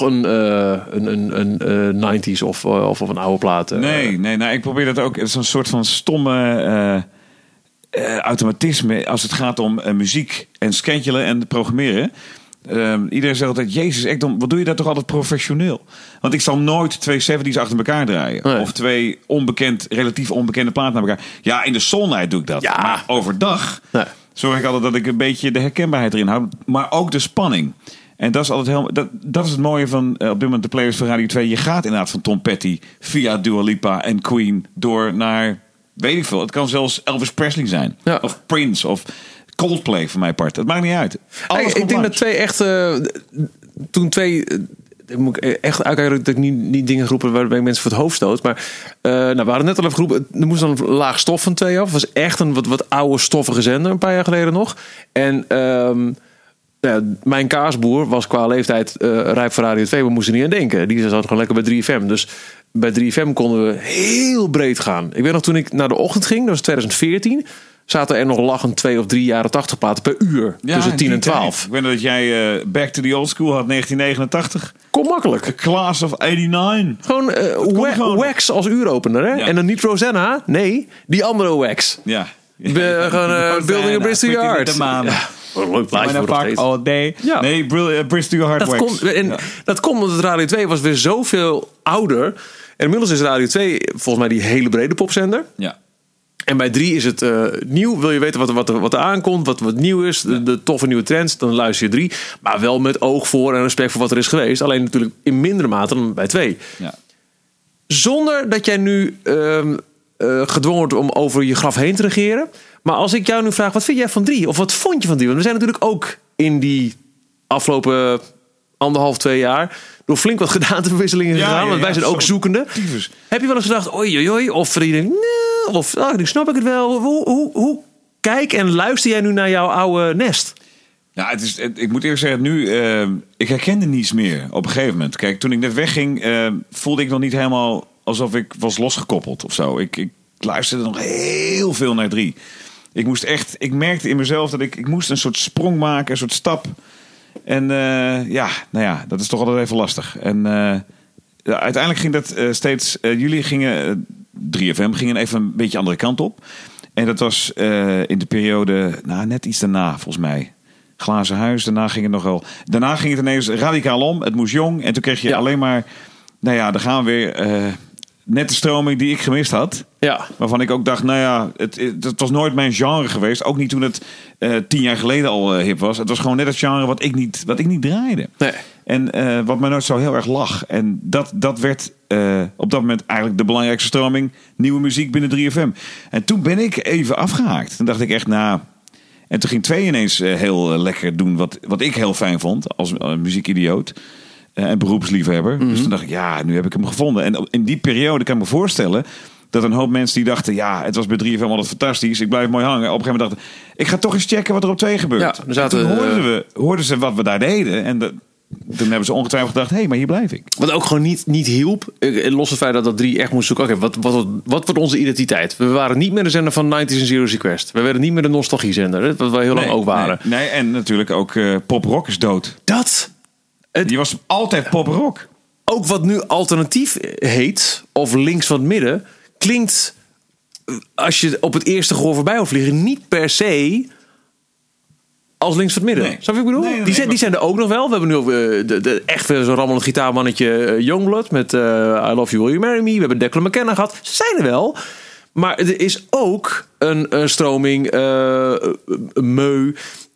[SPEAKER 2] een 90s of een oude plaat...
[SPEAKER 1] Nee, ik probeer dat ook. Het is een soort van stomme automatisme als het gaat om muziek en schedulen en programmeren. Iedereen zegt altijd, Jezus, Ekdom, wat doe je dat toch altijd professioneel? Want ik zal nooit 2 70's achter elkaar draaien. Nee. Of 2 relatief onbekende platen naar elkaar. Ja, in de Soul Night doe ik dat. Ja. Maar overdag zorg ik altijd dat ik een beetje de herkenbaarheid erin hou. Maar ook de spanning. En dat is altijd dat is het mooie van op dit moment de Players van Radio 2. Je gaat inderdaad van Tom Petty via Dua Lipa en Queen door naar, weet ik veel. Het kan zelfs Elvis Presley zijn. Ja. Of Prince of Coldplay voor mijn part. Dat maakt niet uit.
[SPEAKER 2] Ik denk dat 2 echt... toen 2... moet ik echt uitkijken dat ik niet dingen geroepen waarbij ik mensen voor het hoofd stoot. Maar we hadden net al even geroepen. Er moest dan een laag stof van 2 af. Het was echt een wat oude stoffige zender. Een paar jaar geleden nog. En mijn kaasboer was qua leeftijd rijp voor Radio 2. We moesten niet aan denken. Die zat gewoon lekker bij 3FM. Dus bij 3FM konden we heel breed gaan. Ik weet nog toen ik naar de ochtend ging. Dat was 2014. Zaten er nog lachend 2 of 3 jaren 80 platen per uur. Tussen 10 en 12.
[SPEAKER 1] Ik weet dat jij Back to the Old School had 1989.
[SPEAKER 2] Kom makkelijk.
[SPEAKER 1] A Class of 89.
[SPEAKER 2] Gewoon Wax als uuropener. Hè? Ja. En dan niet Rosanna. Nee, die andere Wax.
[SPEAKER 1] Ja.
[SPEAKER 2] Gewoon Building a Bridge to Your Heart.
[SPEAKER 1] Wat een leuk plaatje voor nog steeds. All day. Ja. Nee, Bridge to Your Heart Wax.
[SPEAKER 2] Dat komt omdat Radio 2 was weer zoveel ouder. En inmiddels is Radio 2 volgens mij die hele brede popzender. Ja. En bij 3 is het nieuw. Wil je weten wat er aankomt, wat nieuw is, de toffe nieuwe trends, dan luister je 3. Maar wel met oog voor en respect voor wat er is geweest. Alleen natuurlijk in mindere mate dan bij 2. Ja. Zonder dat jij nu gedwongen wordt om over je graf heen te regeren. Maar als ik jou nu vraag, wat vind jij van 3? Of wat vond je van 3? Want we zijn natuurlijk ook in die afgelopen 1,5-2 jaar door flink wat gedaanteverwisselingen gegaan. Want wij zijn ook zoekende. Tyfus. Heb je wel eens gedacht, oei, of je denkt, nee, of nu snap ik het wel. Hoe kijk en luister jij nu naar jouw oude nest?
[SPEAKER 1] Ja, ik moet eerlijk zeggen, nu, ik herkende niets meer op een gegeven moment. Kijk, toen ik net wegging, voelde ik nog niet helemaal alsof ik was losgekoppeld of zo. luisterde nog heel veel naar 3. Ik merkte in mezelf dat ik moest een soort sprong maken, een soort stap. En dat is toch altijd even lastig. En uiteindelijk ging dat steeds... jullie gingen, 3FM gingen even een beetje andere kant op. En dat was in de periode, net iets daarna volgens mij. Glazen Huis, daarna ging het nog wel... Daarna ging het ineens radicaal om. Het moest jong. En toen kreeg je alleen maar... daar gaan we weer... net de stroming die ik gemist had. Ja. Waarvan ik ook dacht, het was nooit mijn genre geweest. Ook niet toen het 10 jaar geleden al hip was. Het was gewoon net het genre wat ik niet draaide. Nee. En wat mij nooit zo heel erg lag. En dat werd op dat moment eigenlijk de belangrijkste stroming. Nieuwe muziek binnen 3FM. En toen ben ik even afgehaakt. Toen dacht ik echt, En toen ging 2 ineens heel lekker doen wat ik heel fijn vond. Als muziekidioot. En beroepsliefhebber. Mm-hmm. Dus toen dacht ik, nu heb ik hem gevonden. En in die periode kan ik me voorstellen dat een hoop mensen die dachten, het was bij 3FM altijd fantastisch, ik blijf mooi hangen. Op een gegeven moment dachten, ik ga toch eens checken wat er op 2 gebeurt. Ja, toen hoorden ze wat we daar deden. En toen hebben ze ongetwijfeld gedacht, maar hier blijf ik.
[SPEAKER 2] Wat ook gewoon niet hielp, los van het feit dat 3 echt moest zoeken. Oké, wat wordt onze identiteit? We waren niet meer de zender van 90's en Zero Request. We werden niet meer de nostalgiezender, wat we heel lang ook waren.
[SPEAKER 1] Nee, en natuurlijk ook pop-rock is dood. Die was altijd pop-rock.
[SPEAKER 2] Ook wat nu alternatief heet, of links van het midden, klinkt, als je op het eerste gehoor voorbij wil vliegen, niet per se als links van het midden. Snap je wat ik bedoel? Nee, die zijn er ook nog wel. We hebben nu ook echt zo'n rammelend gitaarmannetje Youngblood met I Love You Will You Marry Me. We hebben Declan McKenna gehad. Ze zijn er wel. Maar er is ook een stroming, Meu.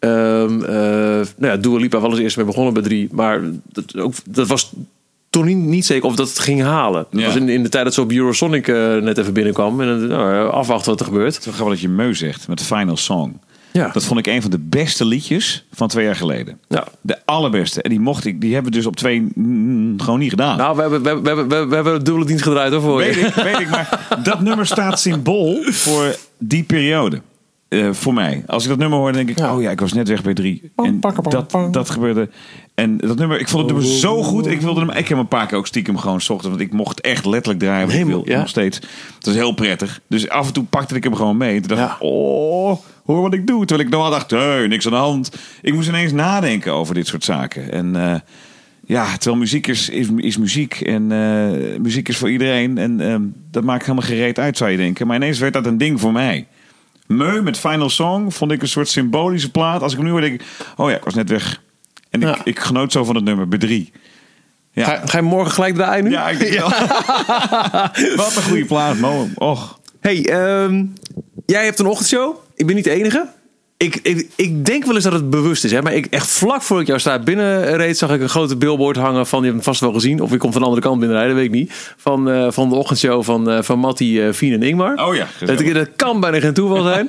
[SPEAKER 2] Dua Lipa was eerst mee begonnen bij 3. Maar dat was toen niet zeker of dat het ging halen. Ja. Dat was in de tijd dat ze op Eurosonic net even binnenkwam. En afwachten wat er gebeurt.
[SPEAKER 1] Het is wel grappig dat je Meu zegt met Final Song. Ja. Dat vond ik een van de beste liedjes van 2 jaar geleden. Ja. De allerbeste. En die hebben we dus op 2 gewoon niet gedaan.
[SPEAKER 2] Nou, we hebben een dubbele dienst gedraaid hoor. Voor
[SPEAKER 1] weet ik. Maar dat nummer staat symbool voor die periode. Voor mij. Als ik dat nummer hoor, denk ik, ik was net weg bij 3. En dat gebeurde. En dat nummer, ik vond het nummer zo goed. Ik heb hem een paar keer ook stiekem gewoon zochten. Want ik mocht echt letterlijk draaien. Ik wil nog steeds. Het is heel prettig. Dus af en toe pakte ik hem gewoon mee. En toen dacht ik, hoor wat ik doe. Terwijl ik nog dacht, niks aan de hand. Ik moest ineens nadenken over dit soort zaken. En terwijl muziek is muziek. En muziek is voor iedereen. En dat maakt helemaal gereed uit, zou je denken. Maar ineens werd dat een ding voor mij. Meu met Final Song vond ik een soort symbolische plaat. Als ik hem nu hoor, denk ik, ik was net weg. En ik genoot zo van het nummer bij 3.
[SPEAKER 2] Ja. Ga je morgen gelijk draaien nu?
[SPEAKER 1] Ja, ik denk wel. Wat een goede plaat, Mo. Och.
[SPEAKER 2] Hey, jij hebt een ochtendshow. Ik ben niet de enige. Ik denk wel eens dat het bewust is. Hè? Maar echt vlak voor ik jou straat binnenreed, zag ik een grote billboard hangen van, je hebt hem vast wel gezien. Of ik kom van de andere kant binnenrijden, weet ik niet. Van de ochtendshow van Mattie, Fien en Ingmar.
[SPEAKER 1] Oh ja.
[SPEAKER 2] Dat kan bijna geen toeval zijn.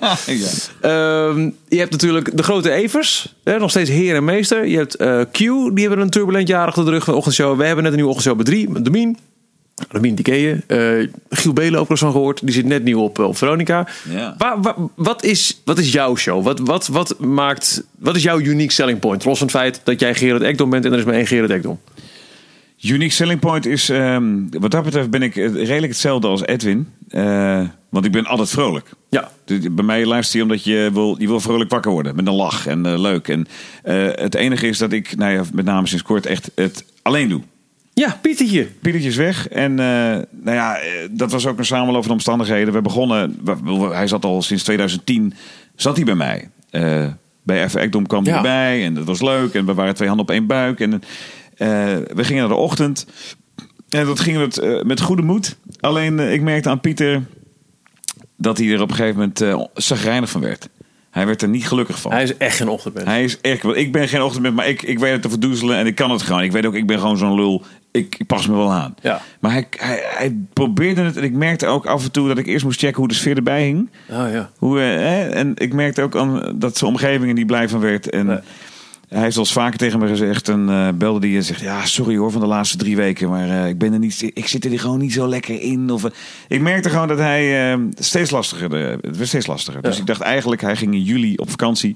[SPEAKER 2] Je hebt natuurlijk de grote Evers. Nog steeds heer en meester. Je hebt Q, die hebben een turbulent jaar achter de rug van de ochtendshow. We hebben net een nieuwe ochtendshow bij 3. Domien, die ken je. Giel Belen ook nog van gehoord. Die zit net nieuw op Veronica. Ja. Wat is jouw show? Wat is jouw unique selling point? Los van het feit dat jij Gerard Ekdom bent en er is maar 1 Gerard Ekdom.
[SPEAKER 1] Unique selling point is, wat dat betreft ben ik redelijk hetzelfde als Edwin. Want ik ben altijd vrolijk. Ja. Bij mij luister je omdat je wil vrolijk wakker worden. Met een lach en leuk. En het enige is dat ik, met name sinds kort echt het alleen doe.
[SPEAKER 2] Ja, Pietertje.
[SPEAKER 1] Pietertje is weg. En dat was ook een samenloop van omstandigheden. We begonnen, hij zat al sinds 2010, zat hij bij mij. Bij F. Ekdom kwam hij erbij en dat was leuk. En we waren 2 handen op 1 buik. En we gingen naar de ochtend. En dat gingen we met goede moed. Alleen ik merkte aan Pieter dat hij er op een gegeven moment chagrijnig van werd. Hij werd er niet gelukkig van.
[SPEAKER 2] Hij is echt geen ochtendmens.
[SPEAKER 1] Ik ben geen ochtendmens, maar ik weet het te verdoezelen en ik kan het gewoon. Ik weet ook, ik ben gewoon zo'n lul. Ik pas me wel aan. Ja. Maar hij probeerde het en ik merkte ook af en toe dat ik eerst moest checken hoe de sfeer erbij hing. Oh, ja. En ik merkte ook dat zijn omgeving er niet blij van werd. En hij heeft al eens vaker tegen me gezegd en belde die en zegt, sorry hoor van de laatste 3 weken, maar ik zit er gewoon niet zo lekker in. Ik merkte gewoon dat hij het werd steeds lastiger. Dus ik dacht eigenlijk, hij ging in juli op vakantie.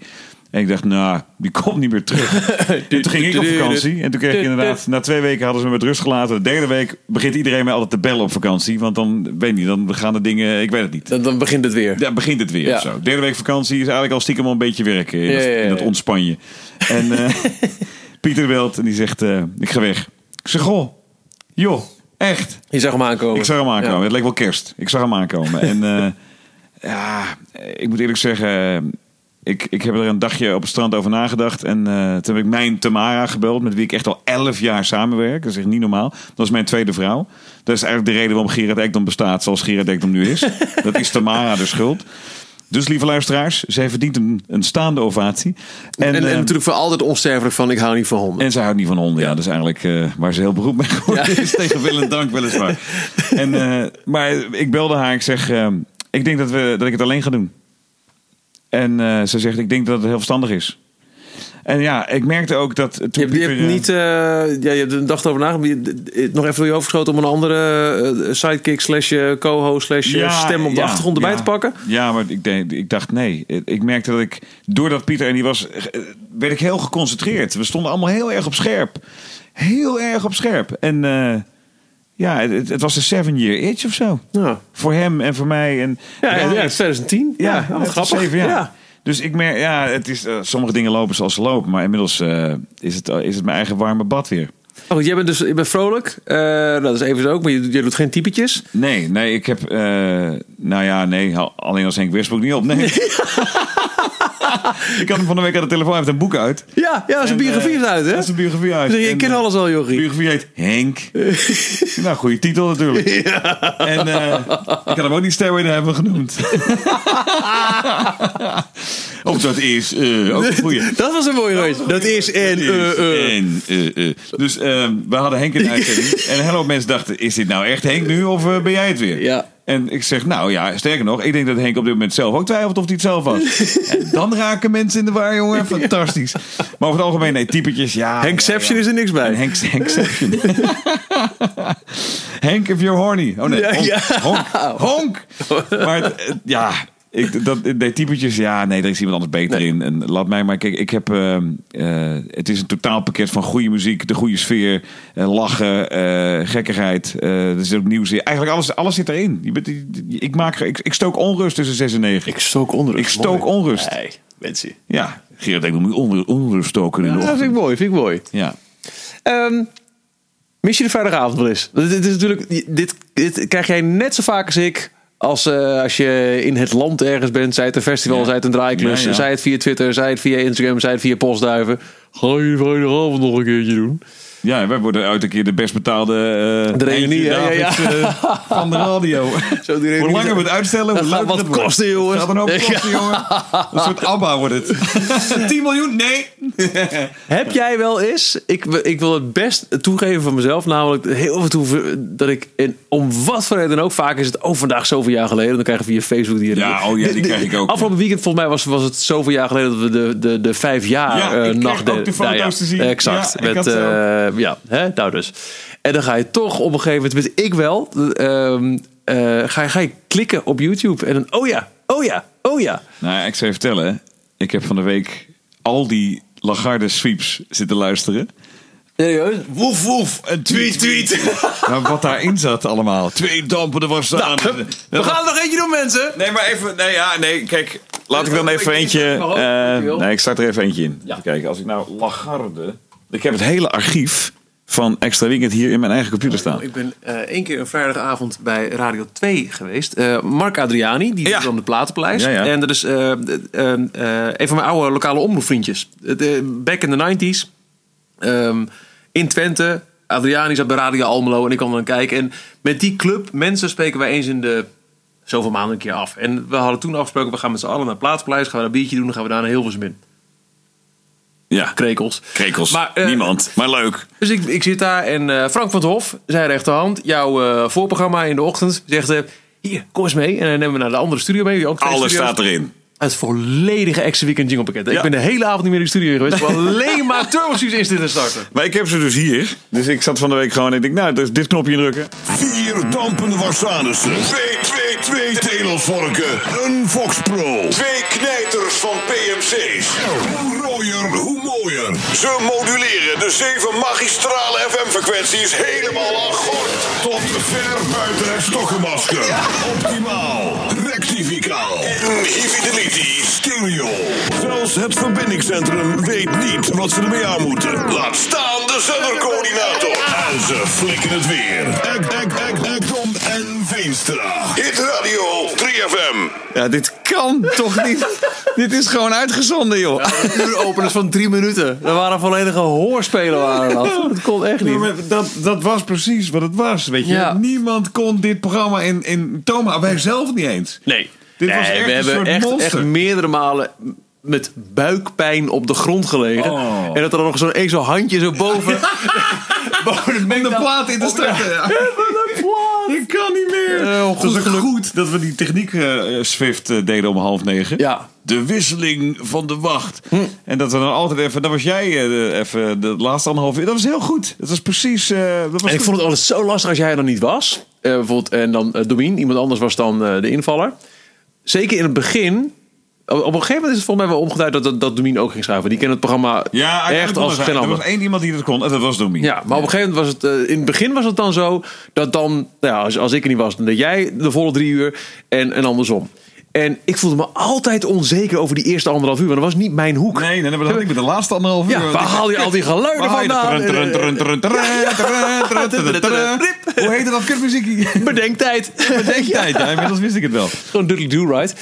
[SPEAKER 1] En ik dacht, nou, die komt niet meer terug. En toen ging ik op vakantie. En toen kreeg ik inderdaad, na 2 weken hadden ze me met rust gelaten. De 3e week begint iedereen mij altijd te bellen op vakantie. Want dan, weet niet, dan gaan de dingen, ik weet het niet.
[SPEAKER 2] Dan begint het weer.
[SPEAKER 1] Ja, begint het weer of zo. 3e week vakantie is eigenlijk al stiekem al een beetje werken. In dat ontspanje. En Pieter belt en die zegt, ik ga weg. Ik zeg, goh, joh, echt.
[SPEAKER 2] Je zag hem aankomen.
[SPEAKER 1] Ik zag hem aankomen. Ja. Het leek wel kerst. Ik zag hem aankomen. En ik moet eerlijk zeggen, ik heb er een dagje op het strand over nagedacht. En toen heb ik mijn Tamara gebeld, met wie ik echt al 11 jaar samenwerk. Dat is echt niet normaal. Dat is mijn tweede vrouw. Dat is eigenlijk de reden waarom Gerard Ekdom bestaat zoals Gerard Ekdom nu is. Dat is Tamara de schuld. Dus lieve luisteraars, zij verdient een staande ovatie. En
[SPEAKER 2] natuurlijk voor altijd onsterfelijk van ik hou niet van honden.
[SPEAKER 1] En zij houdt niet van honden, ja. Dat is eigenlijk waar ze heel beroemd mee geworden is. Tegen wil en dank weliswaar. Maar ik belde haar, ik zeg, ik denk dat ik het alleen ga doen. En ze zegt, ik denk dat het heel verstandig is. En ja, ik merkte ook dat...
[SPEAKER 2] Je hebt niet... je hebt een dag over nagedacht. Nog even door je hoofd geschoten om een andere sidekick / co-host / stem op de achtergrond erbij te pakken? Ja, maar
[SPEAKER 1] ik dacht nee. Ik merkte dat ik, doordat Pieter er niet was, werd ik heel geconcentreerd. We stonden allemaal heel erg op scherp. Heel erg op scherp. En het was een 7-year itch of zo. Ja. Voor hem en voor mij. En,
[SPEAKER 2] 2010. Ja, wat grappig.
[SPEAKER 1] 7 jaar. Ja. Dus ik merk, het is, sommige dingen lopen zoals ze lopen. Maar inmiddels is het mijn eigen warme bad weer.
[SPEAKER 2] Oh, goed, je bent vrolijk. Dat is even zo ook. Maar je doet geen typetjes?
[SPEAKER 1] Nee, ik heb... alleen als Henk Westbroek niet op. Nee. Ik had hem van de week aan de telefoon. Hij heeft een boek uit.
[SPEAKER 2] Ja, zijn biografie is uit, hè?
[SPEAKER 1] Dat is een biografie uit.
[SPEAKER 2] Dus je kent alles al, jochie.
[SPEAKER 1] De biografie heet Henk. Nou, goede titel natuurlijk. Ja. En ik had hem ook niet Stairway to Heaven genoemd. Of dat is... ook een goeie.
[SPEAKER 2] Dat was een mooie reus. Dat is
[SPEAKER 1] Dus we hadden Henk in de uitzending. En een hele hoop mensen dachten, is dit nou echt Henk nu of ben jij het weer?
[SPEAKER 2] Ja.
[SPEAKER 1] En ik zeg, nou ja, sterker nog, ik denk dat Henk op dit moment zelf ook twijfelt of hij het zelf was. En dan raken mensen in de war, jongen. Fantastisch. Maar over het algemeen, nee, typetjes, ja.
[SPEAKER 2] Hankception is er niks bij.
[SPEAKER 1] Hankception. Hank if you're horny. Oh nee, honk. Maar typetjes, daar is iemand anders beter in. En laat mij maar, kijk, ik heb, het is een totaalpakket van goede muziek, de goede sfeer, lachen, gekkigheid. Er is ook nieuws. Eigenlijk alles zit erin. Ik stook onrust tussen 6 en 9.
[SPEAKER 2] Ik stook onrust.
[SPEAKER 1] Nee, mensen. Ja, Gerard, ik wil nu onrust stoken in de ochtend.
[SPEAKER 2] Dat vind ik mooi.
[SPEAKER 1] Ja.
[SPEAKER 2] Mis je de vrijdagavond wel eens? Dit is natuurlijk, dit krijg jij net zo vaak als ik. Als je in het land ergens bent, zij het een festival, zij het een draaiklus, zij het via Twitter, zij het via Instagram, zij het via postduiven. Ga je vrijdagavond nog een keertje doen?
[SPEAKER 1] Ja, wij worden uit een keer de best betaalde
[SPEAKER 2] de reunie
[SPEAKER 1] van de radio. Hoe langer we het uitstellen, hoe
[SPEAKER 2] gaat wat kosten, jongens.
[SPEAKER 1] Gaat een hoop kosten, jongen. Een soort ABBA wordt het. 10 miljoen? Nee.
[SPEAKER 2] Heb jij wel eens, ik wil het best toegeven van mezelf, namelijk heel af en toe dat ik, om wat voor reden dan ook, vaak is het vandaag zoveel jaar geleden, dan krijgen we via Facebook die
[SPEAKER 1] krijg ik ook.
[SPEAKER 2] Afgelopen weekend volgens mij was het zoveel jaar geleden dat we de 5 jaar nacht deden.
[SPEAKER 1] Ook de foto's te zien.
[SPEAKER 2] Exact. Nou dus. En dan ga je toch op een gegeven moment, weet ik wel, ga je klikken op YouTube en dan, oh ja.
[SPEAKER 1] Nou, ik zou je vertellen, ik heb van de week al die Lagarde sweeps zitten luisteren.
[SPEAKER 2] Serieus?
[SPEAKER 1] Woef, woef. Een tweet. Nou, wat daarin zat allemaal. 2 dampende waszaden.
[SPEAKER 2] Nou, we gaan er nog eentje doen, mensen.
[SPEAKER 1] Nee, maar even... Kijk, laat ik dan even eentje... ik start er even eentje in. Ja. Even kijken, als ik nou Lagarde... Ik heb het hele archief van Extra Weekend hier in mijn eigen computer staan.
[SPEAKER 2] Ik ben 1 keer een vrijdagavond bij Radio 2 geweest. Mark Adriani, die doet dan de platenpaleis. Ja. En dat is een van mijn oude lokale omroepvriendjes. Back in the 90s. In Twente. Adriani zat bij Radio Almelo en ik kwam dan kijken. En met die club mensen spreken wij eens in de zoveel maanden een keer af. En we hadden toen afgesproken, we gaan met z'n allen naar Plaatspaleis. Gaan we een biertje doen, dan gaan we daar naar Hilversum in.
[SPEAKER 1] Ja,
[SPEAKER 2] Krekels.
[SPEAKER 1] Maar, niemand, maar leuk.
[SPEAKER 2] Dus ik zit daar en Frank van het Hof, zijn rechterhand, jouw voorprogramma in de ochtend, zegt hier, kom eens mee. En dan nemen we naar de andere studio mee.
[SPEAKER 1] Alles staat erin.
[SPEAKER 2] Het volledige Extra Weekend jinglepakket. Ja. Ik ben de hele avond niet meer in de studio geweest. Alleen maar TurboSuits in te starten.
[SPEAKER 1] Maar ik heb ze dus hier. Dus ik zat van de week gewoon en ik denk, nou, dus dit knopje drukken.
[SPEAKER 3] 4 dampende wassanissen. 2 2 tegelvorken, een Fox Pro, 2 knijters van PMC's. Hoe rooier, hoe mooier. Ze moduleren de 7 magistrale FM-frequenties helemaal aan gort. Tot ver buiten het stokkenmasker. Ja. Optimaal, rectificaal en hivideliti stereo. Zelfs het verbindingscentrum weet niet wat ze ermee aan moeten. Laat staan de zendercoördinator. En ze flikken het weer. Ekdom en Veenstra. Hit Radio 3FM.
[SPEAKER 1] Ja, dit kan toch niet? Dit is gewoon uitgezonden, joh.
[SPEAKER 2] Ja, uuropeners van 3 minuten. Er waren volledige hoorspelen waren dat kon echt niet.
[SPEAKER 1] Maar dat was precies wat het was, weet je. Ja. Niemand kon dit programma in tomen. Wij zelf niet eens.
[SPEAKER 2] Nee.
[SPEAKER 1] Dit was echt
[SPEAKER 2] we
[SPEAKER 1] een soort
[SPEAKER 2] hebben
[SPEAKER 1] monster.
[SPEAKER 2] echt meerdere malen met buikpijn op de grond gelegen.
[SPEAKER 1] Oh.
[SPEAKER 2] En dat er dan nog zo'n handje zo boven... boven
[SPEAKER 1] de plaat in te starten. Ja. Ik kan niet meer. Het was ook goed dat we die techniek Swift deden om 8:30.
[SPEAKER 2] Ja.
[SPEAKER 1] De wisseling van de wacht. En dat we dan altijd even... Dat was jij even de laatste 1,5 uur. Dat was heel goed. Dat was precies... dat was
[SPEAKER 2] en ik
[SPEAKER 1] goed.
[SPEAKER 2] vond het altijd zo lastig als jij er dan niet was. Bijvoorbeeld, en dan Domien, iemand anders was dan de invaller. Zeker in het begin... Op een gegeven moment is het volgens mij wel omgedraaid dat Domien ook ging schrijven. Die kent het programma echt als geen ander.
[SPEAKER 1] Er was 1 iemand die dat kon en dat was Domien.
[SPEAKER 2] Ja, maar op een gegeven moment was het... in het begin was het dan zo dat dan... als ik er niet was, dan deed jij de volle 3 uur en andersom. En ik voelde me altijd onzeker over die eerste 1,5 uur. Want dat was niet mijn hoek.
[SPEAKER 1] Nee, maar dat had ik met de laatste 1,5 uur.
[SPEAKER 2] Ja, waar haal je al die geluiden vandaan?
[SPEAKER 1] Hoe heette dat kutmuziekie?
[SPEAKER 2] Bedenktijd.
[SPEAKER 1] Bedenktijd, ja. Inmiddels wist ik het wel.
[SPEAKER 2] Gewoon Dudley Do-Right.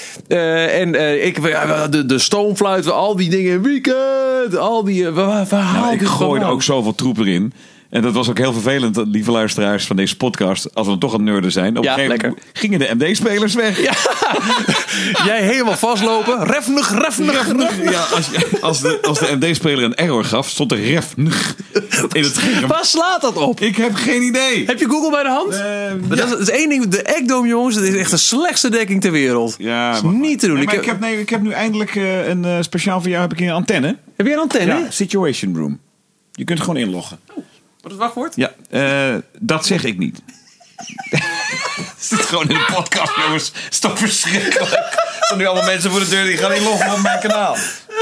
[SPEAKER 2] De stoomfluit, al die dingen. Weekend, al die...
[SPEAKER 1] Ik gooide ook zoveel troep erin. En dat was ook heel vervelend, lieve luisteraars van deze podcast. Als we dan toch aan het nerden zijn. Op een gegeven moment gingen de MD-spelers weg. Ja.
[SPEAKER 2] Jij helemaal vastlopen. Refnig.
[SPEAKER 1] Ja, als de MD-speler een error gaf, stond er refnig in het scherm.
[SPEAKER 2] Waar slaat dat op?
[SPEAKER 1] Ik heb geen idee.
[SPEAKER 2] Heb je Google bij de hand? Dat is één ding. De Ekdom, jongens, dat is echt de slechtste dekking ter wereld. Ja, dat is niet te doen.
[SPEAKER 1] Nee, ik heb nu eindelijk een speciaal voor jou heb ik een antenne.
[SPEAKER 2] Heb je een antenne?
[SPEAKER 1] Ja, Situation Room. Je kunt gewoon inloggen.
[SPEAKER 2] Wat is het wachtwoord?
[SPEAKER 1] Ja, dat zeg ik niet. Zit gewoon in de podcast, jongens. Het is toch verschrikkelijk. Er staan nu allemaal mensen voor de deur die gaan inloggen op mijn kanaal.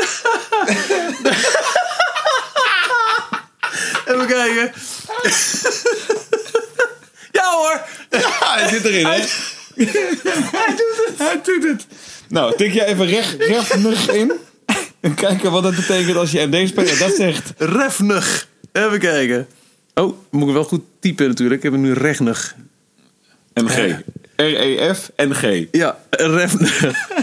[SPEAKER 2] Even kijken. Ja hoor.
[SPEAKER 1] Ja, hij zit erin, hè? Hij doet het. Nou, tik jij even refnig in. En kijken wat dat betekent als je MD-speler dat zegt.
[SPEAKER 2] Refnig. Even kijken. Oh, moet ik wel goed typen natuurlijk. Ik heb nu regnig.
[SPEAKER 1] NG. R-E-F-N-G.
[SPEAKER 2] Ja, refnig.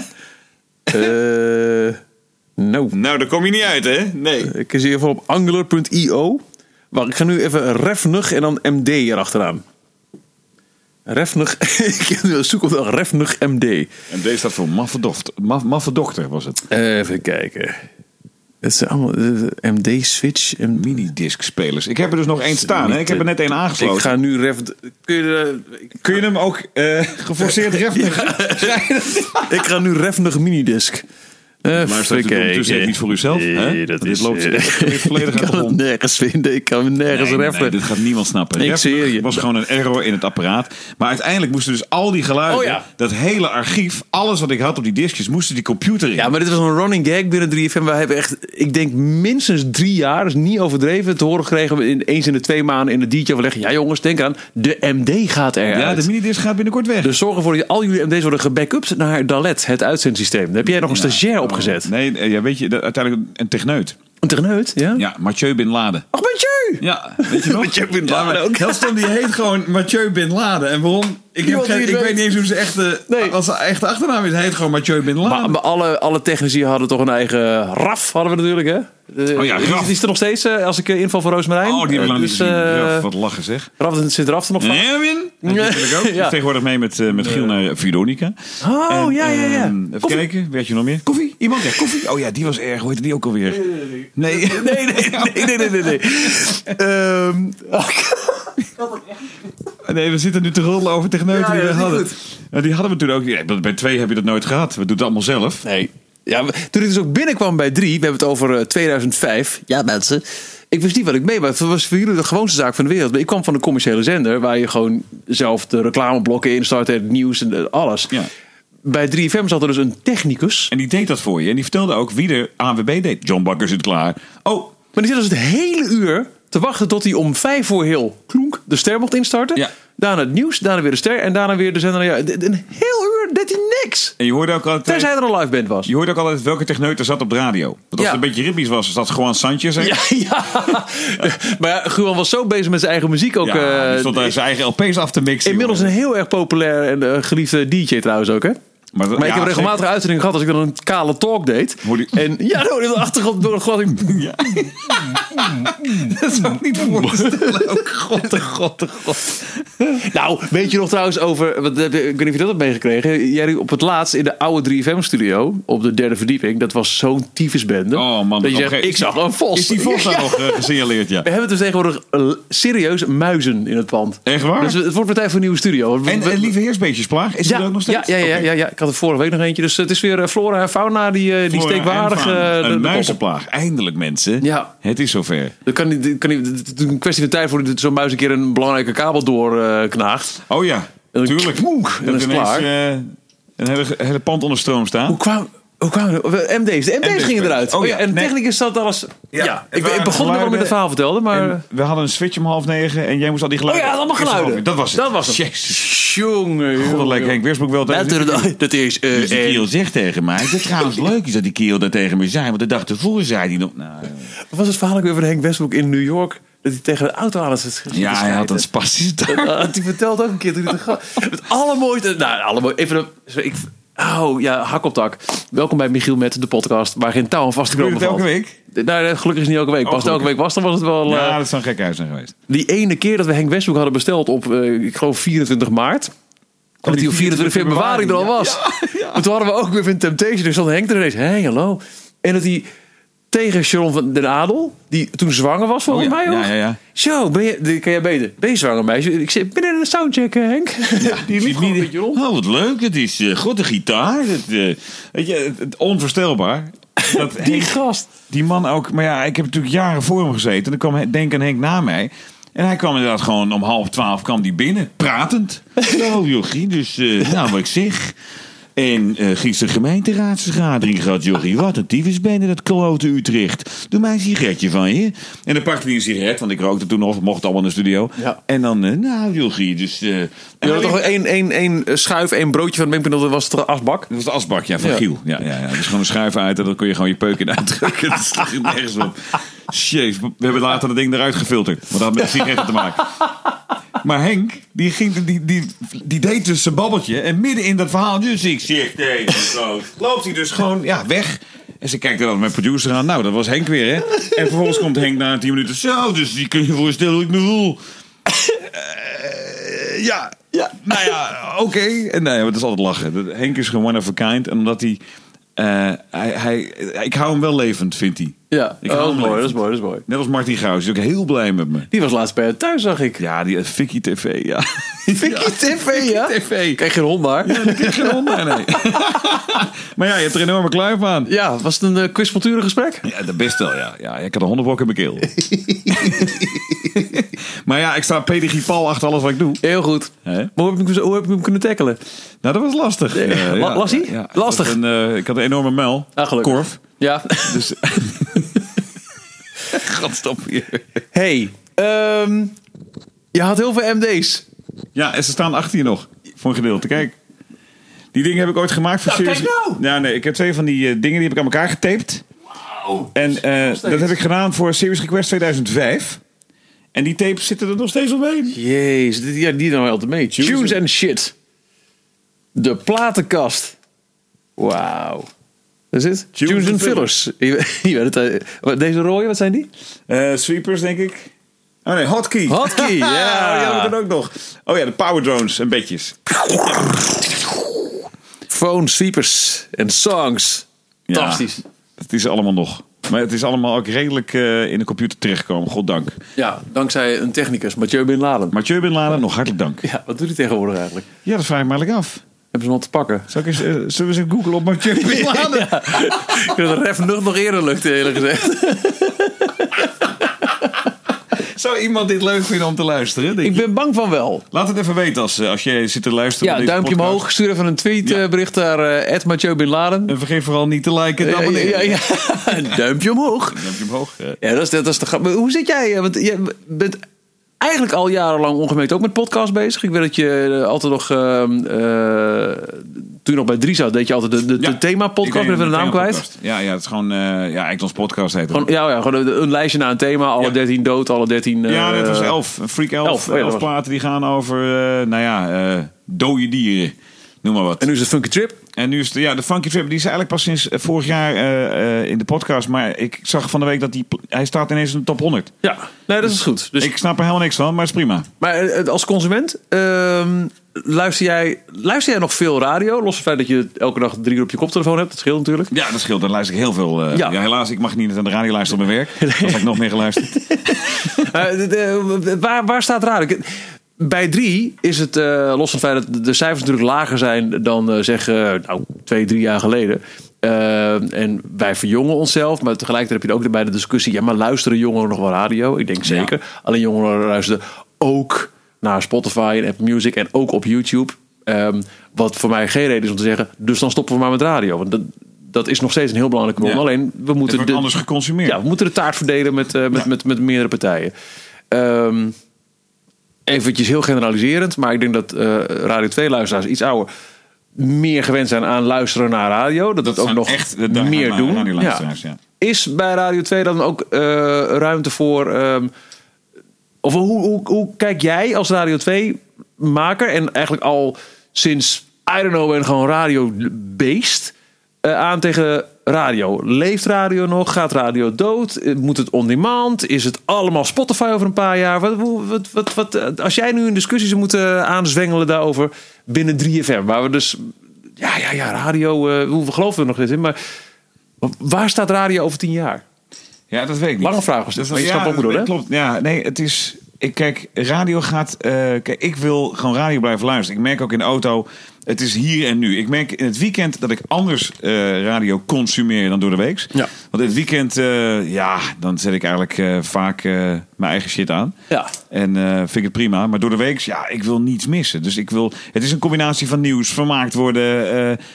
[SPEAKER 1] Nou, daar kom je niet uit, hè? Nee.
[SPEAKER 2] Ik zie even op angular.io. Wacht, ik ga nu even refnig en dan MD erachteraan. Refnig. Ik zoek op de refnig MD.
[SPEAKER 1] MD staat voor maffe dokter, was het.
[SPEAKER 2] Even kijken. Het zijn allemaal MD-switch en
[SPEAKER 1] minidisc spelers. Ik heb er dus nog één staan. Hè? Ik heb er net één aangesloten.
[SPEAKER 2] Ik ga nu
[SPEAKER 1] Kun je hem ook geforceerd refnig? Ja.
[SPEAKER 2] Ik ga nu refnig minidisc.
[SPEAKER 1] Maar staat u dus niet voor uzelf?
[SPEAKER 2] Nee, dat
[SPEAKER 1] dit
[SPEAKER 2] is,
[SPEAKER 1] loopt volledig uit de grond.
[SPEAKER 2] Nergens vinden. Ik kan nergens reffen.
[SPEAKER 1] Nee, dit gaat niemand snappen. Het was gewoon een error in het apparaat. Maar uiteindelijk moesten dus al die geluiden, dat hele archief, alles wat ik had op die diskjes, moesten die computer in.
[SPEAKER 2] Ja, maar dit was een running gag binnen 3FM. We hebben echt, ik denk minstens 3 jaar, dus niet overdreven, te horen gekregen eens in de 2 maanden in de DJ-overleg. Ja jongens, denk aan, de MD gaat eruit.
[SPEAKER 1] Ja, de minidisc gaat binnenkort weg.
[SPEAKER 2] Dus zorg ervoor dat al jullie MD's worden gebackupt naar Dalet, het uitzendsysteem. Daar heb jij nog een stagiair opgezet.
[SPEAKER 1] Nee, ja, weet je, uiteindelijk een techneut.
[SPEAKER 2] Een techneut, ja?
[SPEAKER 1] Ja, Mathieu Bin Laden.
[SPEAKER 2] Ach, Mathieu!
[SPEAKER 1] Ja, weet je nog?
[SPEAKER 2] Mathieu Bin Laden ook.
[SPEAKER 1] Helston die heet gewoon Mathieu Bin Laden. En waarom? Ik weet niet eens hoe zijn echte achternaam is. Hij heet gewoon Mathieu Bin Laden.
[SPEAKER 2] Maar alle technici hadden toch een eigen RAF, hadden we natuurlijk, hè?
[SPEAKER 1] RAF.
[SPEAKER 2] Die is er nog steeds, als ik inval voor Roosmarijn.
[SPEAKER 1] Oh, die heb ik lang niet gezien. RAF, wat lachen zeg.
[SPEAKER 2] RAF zit RAF er nog van.
[SPEAKER 1] Erwin. Natuurlijk ook. Ja. Tegenwoordig mee met Giel naar Veronica.
[SPEAKER 2] Oh, ja.
[SPEAKER 1] Even kijken, weet je nog meer? Koffie? Iemand? Ja, koffie. Oh ja, die was erg. Hoe heette die ook alweer? Nee. Nee, we zitten nu te rollen over techneuten die we hadden. Die hadden we toen ook. Ja, bij 2 heb je dat nooit gehad. We doen het allemaal zelf.
[SPEAKER 2] Nee. Ja, toen ik dus ook binnenkwam bij 3, we hebben het over 2005. Ja, mensen. Ik wist niet wat ik mee, maar het was voor jullie de gewoonste zaak van de wereld. Maar ik kwam van een commerciële zender waar je gewoon zelf de reclameblokken instart, het nieuws en alles.
[SPEAKER 1] Ja.
[SPEAKER 2] Bij 3FM zat er dus een technicus.
[SPEAKER 1] En die deed dat voor je. En die vertelde ook wie de ANWB deed. John Bakker zit klaar. Oh,
[SPEAKER 2] Maar die zit dus het hele uur te wachten tot hij om 5 voor heel klonk de ster mocht instarten.
[SPEAKER 1] Ja.
[SPEAKER 2] Daarna het nieuws, daarna weer de ster en daarna weer de zender. Ja, een heel uur deed hij niks.
[SPEAKER 1] en je hoorde ook altijd...
[SPEAKER 2] Tenzij er een live band was.
[SPEAKER 1] Je hoorde ook altijd welke techneut er zat op de radio. Want als
[SPEAKER 2] Ja.
[SPEAKER 1] het een beetje ritmisch was, zat gewoon Sanchez.
[SPEAKER 2] Ja. Maar ja, Guan was zo bezig met zijn eigen muziek ook.
[SPEAKER 1] Ja, die stond daar zijn eigen LP's af te mixen.
[SPEAKER 2] Inmiddels een heel erg populair en geliefde DJ trouwens ook, hè? Maar ik heb regelmatig uitzendingen gehad als ik dan een kale talk deed. En ja, door de achtergrond door het glas.
[SPEAKER 1] Ja. Dat is ook niet voor te stellen. Ook god.
[SPEAKER 2] Nou, weet je nog trouwens over... Ik weet niet of je dat hebt meegekregen. Jij op het laatst in de oude 3FM-studio... op de 3e verdieping. Dat was zo'n tyfusbende.
[SPEAKER 1] Oh man.
[SPEAKER 2] Dat je zegt, ik zag een vos.
[SPEAKER 1] Is die vos daar nog gesignaleerd, ja?
[SPEAKER 2] We hebben dus tegenwoordig serieus muizen in het pand.
[SPEAKER 1] Echt waar?
[SPEAKER 2] Dus het wordt tijd voor een nieuwe studio.
[SPEAKER 1] En Lieve Heersbeetjesplaag, is die er ook nog steeds?
[SPEAKER 2] Ja. Ik had er vorige week nog eentje. Dus het is weer flora en fauna die steekwaardig...
[SPEAKER 1] een muizenplaag. Eindelijk, mensen.
[SPEAKER 2] Ja.
[SPEAKER 1] Het is zover.
[SPEAKER 2] Het is een kwestie van tijd voordat zo'n muis een keer een belangrijke kabel doorknaagt.
[SPEAKER 1] Oh ja,
[SPEAKER 2] dan
[SPEAKER 1] tuurlijk.
[SPEAKER 2] En dan is het klaar.
[SPEAKER 1] Een hele pand onder stroom staan.
[SPEAKER 2] Hoe kwamen MD's? De MD's gingen eruit.
[SPEAKER 1] Oh ja,
[SPEAKER 2] en de technicus zat alles... Ja. Ik begon met waarom ik het verhaal vertelde, maar...
[SPEAKER 1] En we hadden een switch om 8:30 en jij moest al die geluiden...
[SPEAKER 2] Oh ja, allemaal geluiden.
[SPEAKER 1] Dat was het.
[SPEAKER 2] Dat was het.
[SPEAKER 1] Jezus.
[SPEAKER 2] Jongen.
[SPEAKER 1] God, dat lijkt Henk Weersbroek wel tegen.
[SPEAKER 2] Dat is...
[SPEAKER 1] Dus die kerel zegt tegen mij... Het trouwens leuk is dat die kerel dat tegen me zei. Want de dag ervoor zei hij nog... Nou,
[SPEAKER 2] wat was het verhaal ook weer van Henk Westbroek in New York? Dat hij tegen de auto aan het
[SPEAKER 1] ja, hij had een spastische taart.
[SPEAKER 2] Die vertelt ook een keer toen hij het allermooiste... Nou, allermooiste... Even hak op tak. Welkom bij Michiel met de podcast waar geen touw aan vast te komen valt.
[SPEAKER 1] Elke week?
[SPEAKER 2] Nou, gelukkig is het niet elke week. Pas elke week was, dan was het wel...
[SPEAKER 1] Ja, dat zou een gek huis zijn geweest.
[SPEAKER 2] Die ene keer dat we Henk Westbroek hadden besteld op, ik geloof 24 maart. Dat hij op 24 februari er al was. Ja. Maar toen hadden we ook weer van Temptation. Dus stond Henk er ineens. Hé, hallo. En dat hij tegen Sharon van den Adel, die toen zwanger was volgens mij ook.
[SPEAKER 1] Ja.
[SPEAKER 2] Zo, kan jij beter? Ben je zwanger meisje? Ik zei, ben in een soundcheck, Henk.
[SPEAKER 1] Ja,
[SPEAKER 2] die liep gewoon een beetje rond.
[SPEAKER 1] Oh, wat leuk. Het is god, de gitaar. Weet je, het onvoorstelbaar.
[SPEAKER 2] Die gast.
[SPEAKER 1] Die man ook. Maar ja, ik heb natuurlijk jaren voor hem gezeten. En dan kwam Denk aan Henk na mij. En hij kwam inderdaad gewoon om 11:30 kwam die binnen. Pratend. Zo, jochie. Dus, nou, wat ik zeg. En gisteren gemeenteraadsvergadering gehad, jochie. Wat een tyfusbende, dat klote Utrecht. Doe mij een sigaretje van je. En dan pakte hij een sigaret, want ik rookte toen nog. Mocht allemaal in de studio. Ja. En dan, nou, jochie. Dus...
[SPEAKER 2] je had toch één schuif, één broodje van de dat was de asbak?
[SPEAKER 1] Dat was de asbak, ja, van Giel. Ja. Dus gewoon een schuif uit en dan kon je gewoon je peuk in uitdrukken. Dat slaat nergens op. Jeez, we hebben later dat ding eruit gefilterd. Want dat had met sigaretten te maken. Maar Henk, die deed dus zijn babbeltje. En midden in dat verhaal, dus ik zeg nee, loopt hij dus gewoon weg. En ze kijkt er dan met producer aan. Nou, dat was Henk weer, hè. En vervolgens komt Henk na 10 minuten. Zo, dus die kun je voorstellen hoe ik me voel. Ja. Nou ja, oké. En nee, het is altijd lachen. Henk is gewoon one of a kind. En omdat hij... ik hou hem wel levend, vindt hij.
[SPEAKER 2] Ja, dat is mooi.
[SPEAKER 1] Net als Martin Gauws, is ook heel blij met me.
[SPEAKER 2] Die was laatst bij thuis, zag ik.
[SPEAKER 1] Ja, die Vicky TV, ja.
[SPEAKER 2] Vicky TV, ja?
[SPEAKER 1] TV.
[SPEAKER 2] Krijg je geen hond daar?
[SPEAKER 1] Ja, ik krijg geen hond daar, nee. Maar ja, je hebt er een enorme kluif aan.
[SPEAKER 2] Ja, was het een quizculturen gesprek?
[SPEAKER 1] Ja, dat best wel, ja. Ik had een hondenbok in mijn keel. Maar ja, ik sta pedigree pal achter alles wat ik doe.
[SPEAKER 2] Heel goed. Maar hoe heb ik hem kunnen tackelen?
[SPEAKER 1] Nou, dat was lastig.
[SPEAKER 2] Lassie?
[SPEAKER 1] Ja.
[SPEAKER 2] Lastig.
[SPEAKER 1] Ik had een enorme muil. Korf.
[SPEAKER 2] Ja.
[SPEAKER 1] Dus... God, stop hier.
[SPEAKER 2] Hey, je had heel veel MD's.
[SPEAKER 1] Ja, en ze staan achter je nog. Voor een gedeelte. Kijk. Die dingen heb ik ooit gemaakt voor
[SPEAKER 2] Series... Kijk nou!
[SPEAKER 1] Ja, nee, ik heb 2 van die dingen, die heb ik aan elkaar getaped.
[SPEAKER 2] Wauw.
[SPEAKER 1] En dat heb ik gedaan voor Series Request 2005. En die tapes zitten er nog steeds omheen.
[SPEAKER 2] Jezus, die dan altijd mee. Tunes and shit. De platenkast. Wauw. Dat is het? Tunes and fillers. Deze rode, wat zijn die?
[SPEAKER 1] Sweepers, denk ik. Oh nee, Hotkey.
[SPEAKER 2] Hotkey, ja.
[SPEAKER 1] Ja, dat ook nog. Oh ja, de power drones en bedjes.
[SPEAKER 2] Phone, sweepers en songs. Fantastisch.
[SPEAKER 1] Ja, dat is allemaal nog. Maar het is allemaal ook redelijk in de computer terechtgekomen, goddank.
[SPEAKER 2] Ja, dankzij een technicus, Mathieu Bin Laden.
[SPEAKER 1] Mathieu Bin Laden, nog hartelijk dank.
[SPEAKER 2] Ja, wat doet hij tegenwoordig eigenlijk?
[SPEAKER 1] Ja, dat vraag ik me eigenlijk af.
[SPEAKER 2] Hebben ze hem al te pakken?
[SPEAKER 1] Zullen we eens googlen op Mathieu Bin Laden?
[SPEAKER 2] Ja. Ik vind dat de ref nog eerder lukt, eerlijk gezegd.
[SPEAKER 1] Zou iemand dit leuk vinden om te luisteren?
[SPEAKER 2] Ik ben bang van wel.
[SPEAKER 1] Laat het even weten als je zit te luisteren.
[SPEAKER 2] Ja,
[SPEAKER 1] naar deze
[SPEAKER 2] duimpje
[SPEAKER 1] podcast.
[SPEAKER 2] omhoog. Stuur even een tweetbericht naar @Mathieu Bin Laden.
[SPEAKER 1] En vergeet vooral niet te liken en abonneren.
[SPEAKER 2] Ja. Duimpje omhoog.
[SPEAKER 1] Duimpje omhoog.
[SPEAKER 2] Ja, dat is de grap. Maar hoe zit jij? Want je bent eigenlijk al jarenlang ongemerkt ook met podcast bezig. Ik weet dat je altijd nog... toen je nog bij 3 zat, deed je altijd de thema-podcast. Ik ben even de naam kwijt.
[SPEAKER 1] Ja, het is gewoon... Eikels podcast heet het.
[SPEAKER 2] Gewoon een lijstje naar een thema. Alle 13 dood, alle 13...
[SPEAKER 1] ja, dat was 11. Freak 11. 11 platen die gaan over, dode dieren. Noem maar wat.
[SPEAKER 2] En nu is het Funky Trip.
[SPEAKER 1] En nu is de Funky Trip, die is eigenlijk pas sinds vorig jaar in de podcast. Maar ik zag van de week dat hij staat ineens in de top 100.
[SPEAKER 2] Ja, nee, dat is goed. Dus
[SPEAKER 1] ik snap er helemaal niks van, maar het is prima.
[SPEAKER 2] Maar als consument, luister jij nog veel radio? Los van het feit dat je elke dag 3 uur op je koptelefoon hebt. Dat scheelt natuurlijk.
[SPEAKER 1] Ja, dat scheelt. Dan luister ik heel veel. Ja, helaas, ik mag niet aan de radio luisteren op mijn werk. Dan heb ik nog meer geluisterd.
[SPEAKER 2] Waar staat radio? Bij 3 is het, los van het feit dat de cijfers natuurlijk lager zijn dan 2-3 jaar geleden. En wij verjongen onszelf, maar tegelijkertijd heb je ook bij de discussie... ja, maar luisteren jongeren nog wel radio? Ik denk zeker. Ja. Alleen jongeren luisteren ook naar Spotify en Apple Music en ook op YouTube. Wat voor mij geen reden is om te zeggen... dus dan stoppen we maar met radio. Want dat is nog steeds een heel belangrijke bron. Ja. Alleen, we moeten
[SPEAKER 1] anders geconsumeerd.
[SPEAKER 2] Ja, we moeten de taart verdelen met meerdere partijen. Eventjes heel generaliserend, maar ik denk dat Radio 2-luisteraars iets ouder meer gewend zijn aan luisteren naar radio. Dat het ook nog echt meer doen. Ja. Is bij Radio 2 dan ook ruimte voor... of hoe kijk jij als Radio 2-maker en eigenlijk al sinds, I don't know, ben gewoon radiobeest aan tegen radio? Leeft radio nog? Gaat radio dood? Moet het on demand? Is het allemaal Spotify over een paar jaar? Wat, als jij nu een discussie zou moeten aanzwengelen daarover binnen 3FM, waar we dus radio, we geloven er nog niet in, maar waar staat radio over 10 jaar?
[SPEAKER 1] Ja, dat weet ik niet.
[SPEAKER 2] Lange vraag was dit, maar je snapt ook bedoel, hè?
[SPEAKER 1] Klopt. Ja, nee, het is... Kijk, radio gaat... ik wil gewoon radio blijven luisteren. Ik merk ook in de auto... Het is hier en nu. Ik merk in het weekend dat ik anders radio consumeer dan door de week. Ja. Want in het weekend, dan zet ik eigenlijk vaak mijn eigen shit aan. Ja. En vind ik het prima. Maar door de week, ik wil niets missen. Dus het is een combinatie van nieuws, vermaakt worden.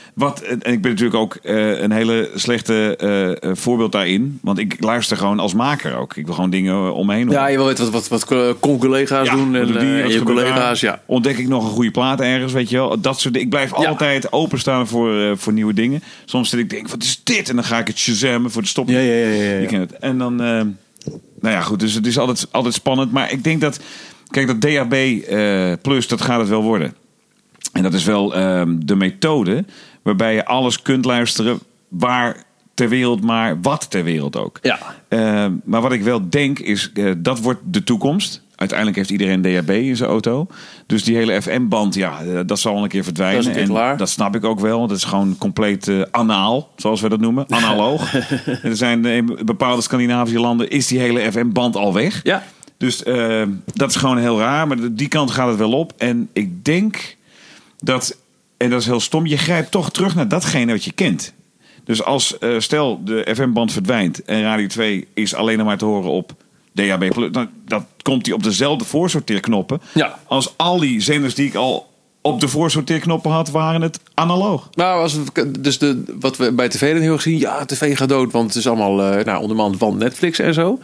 [SPEAKER 1] En ik ben natuurlijk ook een hele slechte voorbeeld daarin. Want ik luister gewoon als maker ook. Ik wil gewoon dingen om me heen.
[SPEAKER 2] Ja, je wil weten wat collega's doen. En je collega's,
[SPEAKER 1] ontdek ik nog een goede plaat ergens, weet je wel. Dat soort. Ik blijf altijd openstaan voor nieuwe dingen. Soms zit ik denk, wat is dit? En dan ga ik het shazammen voor de stop.
[SPEAKER 2] Ja.
[SPEAKER 1] Je kent het. En dan, goed. Dus het is altijd spannend. Maar ik denk dat, kijk, dat DAB plus, dat gaat het wel worden. En dat is wel de methode waarbij je alles kunt luisteren waar ter wereld, maar wat ter wereld ook. Ja. Maar wat ik wel denk is, dat wordt de toekomst. Uiteindelijk heeft iedereen DAB in zijn auto. Dus die hele FM-band, dat zal al een keer verdwijnen.
[SPEAKER 2] Dat is klaar.
[SPEAKER 1] Dat snap ik ook wel. Dat is gewoon compleet anaal, zoals we dat noemen. Analoog. Er zijn in bepaalde Scandinavische landen is die hele FM-band al weg. Ja. Dus dat is gewoon heel raar. Maar die kant gaat het wel op. En ik denk dat, en dat is heel stom, je grijpt toch terug naar datgene wat je kent. Dus als, stel, de FM-band verdwijnt en Radio 2 is alleen nog maar te horen op DAB+, dan komt hij op dezelfde voorsorteerknoppen als al die zenders die ik al op de voorsorteerknoppen had, waren het analoog.
[SPEAKER 2] Nou, wat we bij tv dan heel erg zien, tv gaat dood, want het is allemaal on-demand van Netflix en zo.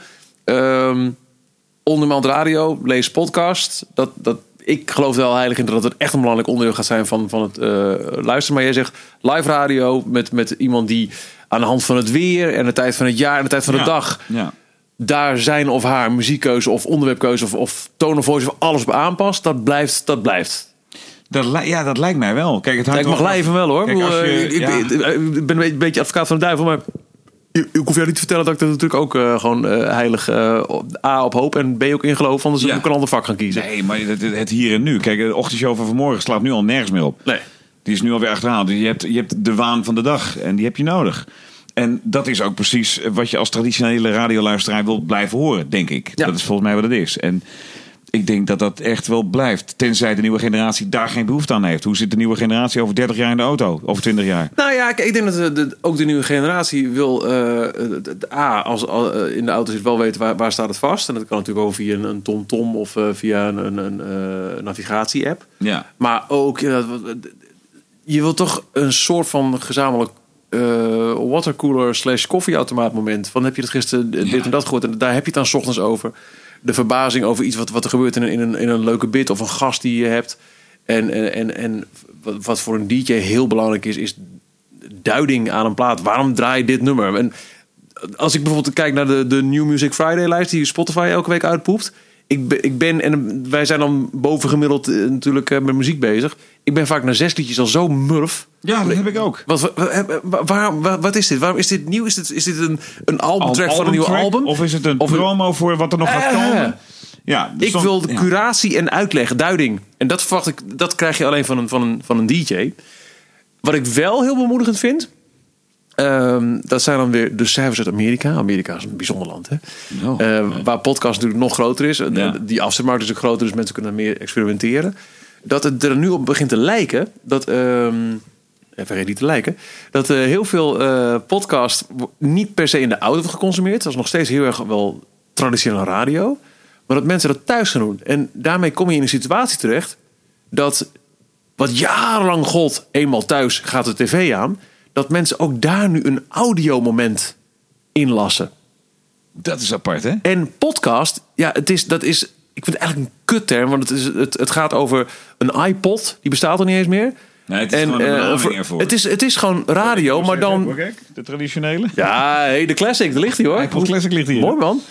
[SPEAKER 2] On-demand radio, lees podcast, ik geloof wel heilig in dat het echt een belangrijk onderdeel gaat zijn van het luisteren. Maar jij zegt live radio met iemand die aan de hand van het weer en de tijd van het jaar en de tijd van de dag daar zijn of haar muziekkeuze of onderwerpkeuze of tone of voice of alles op aanpast. Dat blijft.
[SPEAKER 1] Dat lijkt mij wel. Kijk, het
[SPEAKER 2] mag lijven wel hoor. Kijk, ik ben een beetje advocaat van de duivel, maar ik hoef jou niet te vertellen dat ik dat natuurlijk ook gewoon heilig A op hoop en B ook in geloof. Anders moet ik een ander vak gaan kiezen.
[SPEAKER 1] Nee, maar het hier en nu. Kijk, de ochtendshow van vanmorgen slaat nu al nergens meer op. Nee. Die is nu alweer achterhaald. Dus je hebt de waan van de dag en die heb je nodig. En dat is ook precies wat je als traditionele radioluisteraar wil blijven horen, denk ik. Ja. Dat is volgens mij wat het is. En ik denk dat dat echt wel blijft. Tenzij de nieuwe generatie daar geen behoefte aan heeft. Hoe zit de nieuwe generatie over 30 jaar in de auto? Over 20 jaar?
[SPEAKER 2] Nou ja, ik denk dat ook de nieuwe generatie wil... als in de auto zit wel weten waar staat het vast. En dat kan natuurlijk ook via een TomTom of via een navigatie-app.
[SPEAKER 1] Ja.
[SPEAKER 2] Maar ook... je wil toch een soort van gezamenlijk... watercooler / koffieautomaat moment. Van heb je het gisteren dit en dat gehoord en daar heb je het dan 's ochtends over. De verbazing over iets wat er gebeurt in een leuke bit of een gast die je hebt. En wat voor een DJ heel belangrijk is duiding aan een plaat. Waarom draai je dit nummer? En als ik bijvoorbeeld kijk naar de New Music Friday lijst die Spotify elke week uitpoept. Ik ben, en wij zijn dan bovengemiddeld natuurlijk met muziek bezig. Ik ben vaak na 6 liedjes al zo murf.
[SPEAKER 1] Ja, dat heb ik ook.
[SPEAKER 2] Wat is dit? Waarom is dit nieuw? Is dit een albumtrack van een nieuw album?
[SPEAKER 1] Of is het een promo voor wat er nog gaat komen? Ja, dus
[SPEAKER 2] ik wil de curatie en uitleg, duiding. En dat verwacht ik, dat krijg je alleen van een DJ. Wat ik wel heel bemoedigend vind... dat zijn dan weer de cijfers uit Amerika. Amerika is een bijzonder land, hè? Waar podcast natuurlijk nog groter is. Ja. Die afzetmarkt is ook groter, dus mensen kunnen meer experimenteren. Dat het er nu op begint te lijken... dat heel veel podcast niet per se in de auto geconsumeerd. Dat is nog steeds heel erg wel traditionele radio. Maar dat mensen dat thuis gaan doen. En daarmee kom je in een situatie terecht... dat wat jarenlang gold, eenmaal thuis gaat de tv aan... dat mensen ook daar nu een audiomoment inlassen.
[SPEAKER 1] Dat is apart, hè?
[SPEAKER 2] En podcast, ja, dat is... Ik vind het eigenlijk een kutterm, want het gaat over een iPod. Die bestaat er niet eens meer.
[SPEAKER 1] Nee, het is gewoon een benaming ervoor.
[SPEAKER 2] Het is gewoon radio, maar dan...
[SPEAKER 1] Kijk, de traditionele.
[SPEAKER 2] Ja, de classic, daar ligt hij hoor.
[SPEAKER 1] iPod Classic ligt hier.
[SPEAKER 2] Mooi man.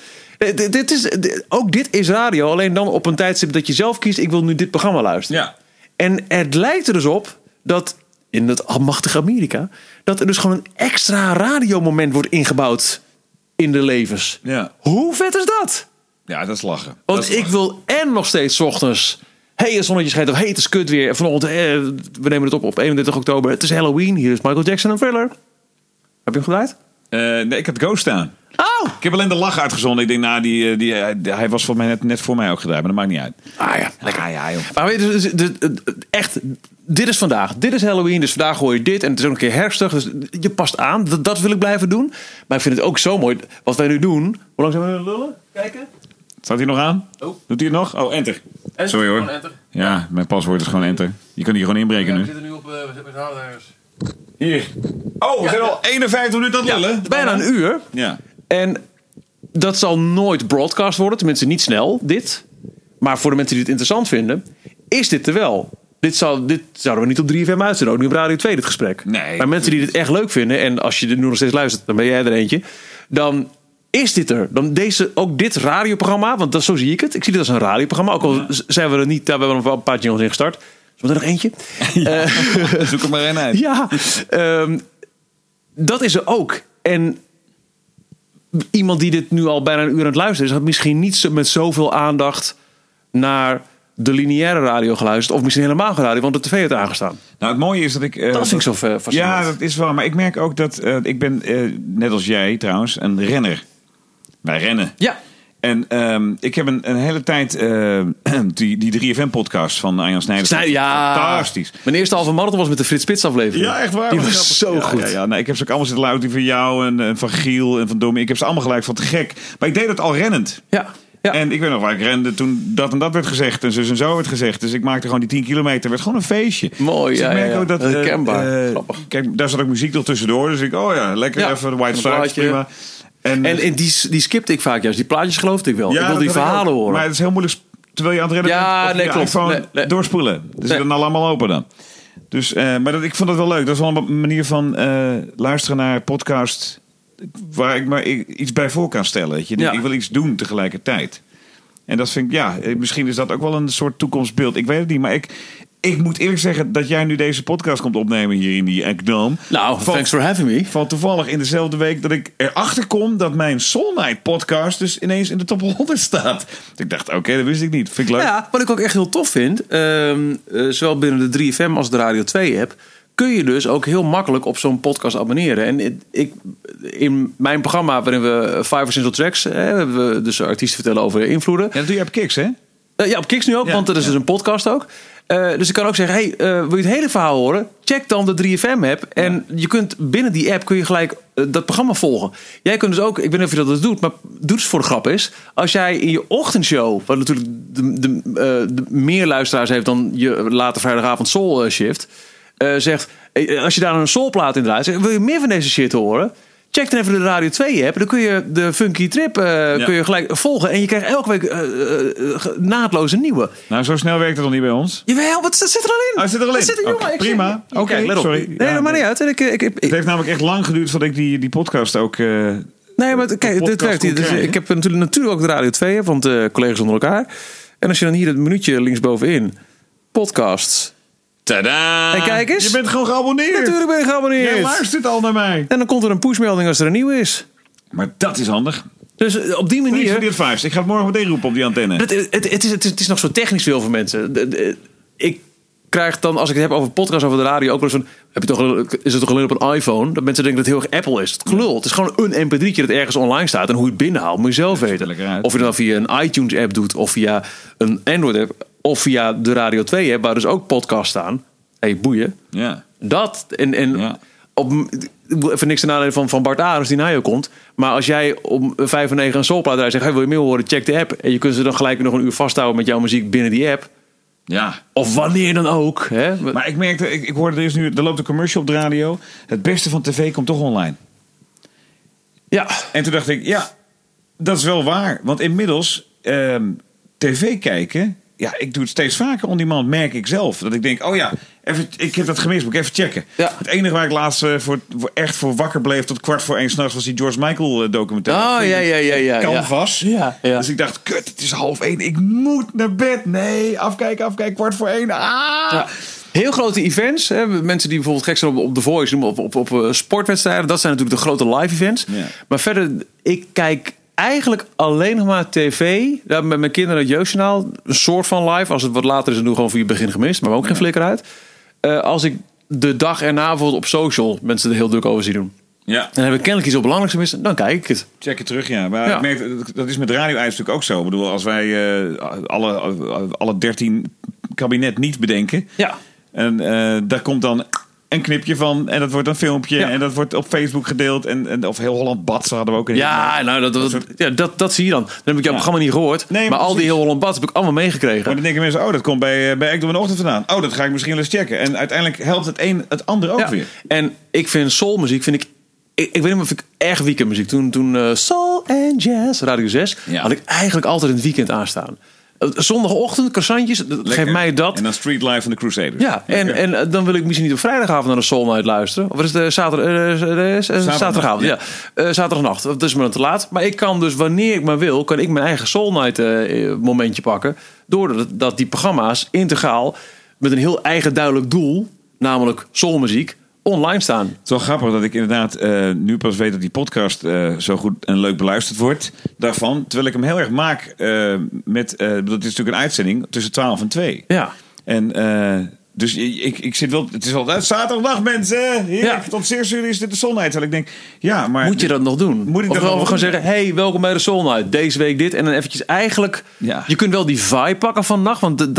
[SPEAKER 2] Ook dit is radio, alleen dan op een tijdstip dat je zelf kiest... ik wil nu dit programma luisteren.
[SPEAKER 1] Ja.
[SPEAKER 2] En het lijkt er dus op dat in het almachtige Amerika... dat er dus gewoon een extra radiomoment wordt ingebouwd in de levens.
[SPEAKER 1] Ja.
[SPEAKER 2] Hoe vet is dat?
[SPEAKER 1] Ja, dat is lachen.
[SPEAKER 2] Want ik wil en nog steeds 's ochtends... hey, het zonnetje schijnt, of hey, het is kut weer. Vanochtend, we nemen het op 31 oktober. Het is Halloween, hier is Michael Jackson en Thriller. Heb je hem gedraaid?
[SPEAKER 1] Nee, ik heb Ghost staan.
[SPEAKER 2] Oh!
[SPEAKER 1] Ik heb alleen de lach uitgezonden. Ik denk, hij was volgens mij net voor mij ook gedraaid, maar dat maakt niet uit.
[SPEAKER 2] Ah ja, lekker.
[SPEAKER 1] Ah, ja, joh.
[SPEAKER 2] Maar weet je, echt, dit is vandaag. Dit is Halloween, dus vandaag hoor je dit. En het is ook een keer herfstig, dus je past aan. Dat wil ik blijven doen. Maar ik vind het ook zo mooi, wat wij nu doen. Hoe lang zijn we nu aan het lullen? Kijken.
[SPEAKER 1] Staat hij nog aan?
[SPEAKER 2] Oh.
[SPEAKER 1] Doet hij het nog? Oh, enter. Sorry hoor.
[SPEAKER 2] Enter.
[SPEAKER 1] Ja, mijn paswoord is gewoon enter. Je kan hier gewoon inbreken nu.
[SPEAKER 2] We zitten nu op met houders.
[SPEAKER 1] Hier. Oh, we zijn al 51 minuten aan het lullen.
[SPEAKER 2] Bijna een uur.
[SPEAKER 1] Ja.
[SPEAKER 2] En dat zal nooit broadcast worden. Tenminste niet snel, dit. Maar voor de mensen die het interessant vinden... is dit er wel. Dit zouden we niet op 3FM uitzenden. Ook niet op Radio 2 dit gesprek.
[SPEAKER 1] Nee.
[SPEAKER 2] Maar mensen die dit echt leuk vinden... en als je er nu nog steeds luistert, dan ben jij er eentje... dan is dit er. Dan ook dit radioprogramma... want zo zie ik het. Ik zie dit als een radioprogramma. Ook al zijn we er niet... daar hebben we nog wel een paar jingles in gestart. Is er nog eentje?
[SPEAKER 1] Ja. Zoek er maar een uit.
[SPEAKER 2] Ja. Dat is er ook. En... iemand die dit nu al bijna een uur aan het luisteren is... had misschien niet met zoveel aandacht... naar de lineaire radio geluisterd... of misschien helemaal geen radio, want de tv heeft aangestaan.
[SPEAKER 1] Nou, het mooie is dat ik...
[SPEAKER 2] dat vind ik zo fascinerend.
[SPEAKER 1] Ja, dat is wel. Maar ik merk ook dat... ik ben, net als jij trouwens, een renner. Wij rennen.
[SPEAKER 2] Ja.
[SPEAKER 1] En ik heb een hele tijd die 3FM-podcast van Arjan Snijders.
[SPEAKER 2] Ja.
[SPEAKER 1] Fantastisch.
[SPEAKER 2] Mijn eerste halve marathon was met de Frits Spits aflevering.
[SPEAKER 1] Ja, echt waar.
[SPEAKER 2] Die was zo goed.
[SPEAKER 1] Ja. Nou, ik heb ze ook allemaal zitten luisteren van jou en van Giel en van Domi. Ik heb ze allemaal gelijk van te gek. Maar ik deed het al rennend.
[SPEAKER 2] Ja.
[SPEAKER 1] En ik weet nog waar ik rende toen dat en dat werd gezegd en zo werd gezegd. Dus ik maakte gewoon die 10 kilometer. werd gewoon een feestje.
[SPEAKER 2] Mooi,
[SPEAKER 1] dus
[SPEAKER 2] ja.
[SPEAKER 1] Ik merk ook dat...
[SPEAKER 2] herkenbaar. Grappig.
[SPEAKER 1] Kijk, daar zat ook muziek nog tussendoor. Dus ik, lekker even de White Stripes, prima. En die
[SPEAKER 2] skipte ik vaak juist. Die plaatjes geloofde ik wel.
[SPEAKER 1] Ja,
[SPEAKER 2] ik wil die verhalen horen.
[SPEAKER 1] Maar het is heel moeilijk terwijl je aan het rennen bent.
[SPEAKER 2] Klopt.
[SPEAKER 1] iPhone doorspoelen. Dus dan allemaal open dan. Dus, maar ik vond het wel leuk. Dat is wel een manier van luisteren naar podcast... waar ik maar iets bij voor kan stellen. Dat je denkt, ik wil iets doen tegelijkertijd. En dat vind ik, misschien is dat ook wel een soort toekomstbeeld. Ik weet het niet, maar ik moet eerlijk zeggen dat jij nu deze podcast komt opnemen hier in die Ekdom.
[SPEAKER 2] Nou, thanks for having me.
[SPEAKER 1] Valt toevallig in dezelfde week dat ik erachter kom dat mijn Soul Night podcast dus ineens in de top 100 staat. Dus ik dacht, oké, dat wist ik niet. Vind ik leuk.
[SPEAKER 2] Ja, wat ik ook echt heel tof vind, zowel binnen de 3FM als de Radio 2 app, kun je dus ook heel makkelijk op zo'n podcast abonneren. En in mijn programma waarin we 5 Essential Tracks hebben we dus artiesten vertellen over invloeden.
[SPEAKER 1] Ja, dat doe je op Kicks, hè?
[SPEAKER 2] Ja, op Kicks nu ook, want er is dus een podcast ook. Dus ik kan ook zeggen, hey, wil je het hele verhaal horen? Check dan de 3FM-app. En je kunt binnen die app kun je gelijk dat programma volgen. Jij kunt dus ook, ik weet niet of je dat doet, maar doe het voor de grap is. Als jij in je ochtendshow, wat natuurlijk de meer luisteraars heeft dan je later vrijdagavond soul shift, zegt, als je daar een soulplaat in draait, wil je meer van deze shit horen? Check dan even de Radio 2-app. Dan kun je de Funky Trip kun je gelijk volgen. En je krijgt elke week naadloos een nieuwe.
[SPEAKER 1] Nou, zo snel werkt het nog niet bij ons.
[SPEAKER 2] Jawel, wat zit er al in?
[SPEAKER 1] Zit er al in?
[SPEAKER 2] Jongen,
[SPEAKER 1] prima. Oké, sorry.
[SPEAKER 2] Nee, dat maakt niet uit.
[SPEAKER 1] Het heeft namelijk echt lang geduurd voordat ik die podcast ook...
[SPEAKER 2] nee, maar kijk, dit werkt hier. Dus ik heb natuurlijk ook de Radio 2-app, want collega's onder elkaar. En als je dan hier het minuutje linksbovenin, podcasts...
[SPEAKER 1] Tadaa!
[SPEAKER 2] En kijk eens.
[SPEAKER 1] Je bent gewoon geabonneerd.
[SPEAKER 2] Natuurlijk ben je geabonneerd.
[SPEAKER 1] Jij luistert al naar mij.
[SPEAKER 2] En dan komt er een pushmelding als er een nieuwe is.
[SPEAKER 1] Maar dat is handig.
[SPEAKER 2] Dus op die manier...
[SPEAKER 1] Ik ga het morgen meteen roepen op die antenne.
[SPEAKER 2] Het is nog zo technisch veel voor mensen. Ik krijg dan, als ik het heb over podcasts over de radio, ook wel eens van, is het toch alleen op een iPhone? Dat mensen denken dat het heel erg Apple is. Het gelul. Het is gewoon een mp3'tje dat ergens online staat. En hoe je het binnenhaalt, moet je zelf weten. Of je dat via een iTunes-app doet, of via een Android-app, of via de Radio 2-app, waar dus ook podcasts staan. Hey, boeien.
[SPEAKER 1] Ja.
[SPEAKER 2] Dat en even niks ten nadele van Bart Arends die naar je komt. Maar als jij om 5:09 een soulplaat draait, zegt, hey, wil je meer horen? Check de app. En je kunt ze dan gelijk nog een uur vasthouden met jouw muziek binnen die app.
[SPEAKER 1] Ja.
[SPEAKER 2] Of wanneer dan ook. Hè?
[SPEAKER 1] Maar ik merkte, ik hoorde er loopt een commercial op de radio. Het beste van tv komt toch online.
[SPEAKER 2] Ja.
[SPEAKER 1] En toen dacht ik, ja, dat is wel waar. Want inmiddels, tv kijken, ja, ik doe het steeds vaker on demand, merk ik zelf. Dat ik denk, oh ja, even, ik heb dat gemist, moet ik even checken. Ja. Het enige waar ik laatst echt voor wakker bleef tot 1:15 s'nachts was die George Michael documentaire.
[SPEAKER 2] Oh, ja.
[SPEAKER 1] Canvas.
[SPEAKER 2] Ja.
[SPEAKER 1] Dus ik dacht, kut, het is 1:30, ik moet naar bed. Nee, afkijken, 1:15. Ja.
[SPEAKER 2] Heel grote events. Hè. Mensen die bijvoorbeeld gek zijn op The Voice, op sportwedstrijden. Dat zijn natuurlijk de grote live events. Ja. Maar verder, ik kijk eigenlijk alleen nog maar tv. Ja, met mijn kinderen het jeugdjournaal. Een soort van live. Als het wat later is, dan doe ik gewoon voor je begin gemist. Maar ook geen flikker uit. Als ik de dag erna bijvoorbeeld op social mensen er heel druk over zie doen. Ja. En heb ik kennelijk iets heel belangrijks gemist, dan kijk ik het.
[SPEAKER 1] Check het terug, ja. Maar ik merk, dat is met radio natuurlijk ook zo. Ik bedoel, als wij alle 13 kabinet niet bedenken. Ja. En daar komt dan een knipje van. En dat wordt een filmpje. Ja. En dat wordt op Facebook gedeeld. Of heel Holland Bad hadden we ook. Dat zie je dan. Dan heb ik jouw programma niet gehoord. Nee, maar al die heel Holland Bad heb ik allemaal meegekregen. Maar dan denken mensen, dat komt bij Ekdom in de Ochtend vandaan. Dat ga ik misschien wel eens checken. En uiteindelijk helpt het een het ander ook weer.
[SPEAKER 2] En ik vind soulmuziek, ik weet niet of ik erg weekendmuziek. Toen Soul and Jazz, Radio 6, had ik eigenlijk altijd in het weekend aanstaan. Zondagochtend, croissantjes, geef mij dat.
[SPEAKER 1] En dan Street Life van de Crusaders.
[SPEAKER 2] Ja, en dan wil ik misschien niet op vrijdagavond naar de Soul Night luisteren. Of is het zaterdagavond? Ja. Zaterdagnacht, dat is me dan te laat. Maar ik kan dus, wanneer ik maar wil, kan ik mijn eigen Soul Night momentje pakken. Doordat die programma's integraal met een heel eigen duidelijk doel, namelijk soulmuziek, online staan. Het
[SPEAKER 1] is wel grappig dat ik inderdaad nu pas weet dat die podcast zo goed en leuk beluisterd wordt daarvan. Terwijl ik hem heel erg maak dat is natuurlijk een uitzending tussen 12 en 2. Ja. En dus ik zit wel, het is wel zaterdagdag mensen. Tot 6 uur is dit de Soul Night. Terwijl ik denk, ja, maar
[SPEAKER 2] moet je dat nog doen?
[SPEAKER 1] Moet ik
[SPEAKER 2] of
[SPEAKER 1] dat
[SPEAKER 2] wel gewoon zeggen, hey, welkom bij de Soul Night. Deze week dit en dan eventjes eigenlijk. Ja. Je kunt wel die vibe pakken van nacht, want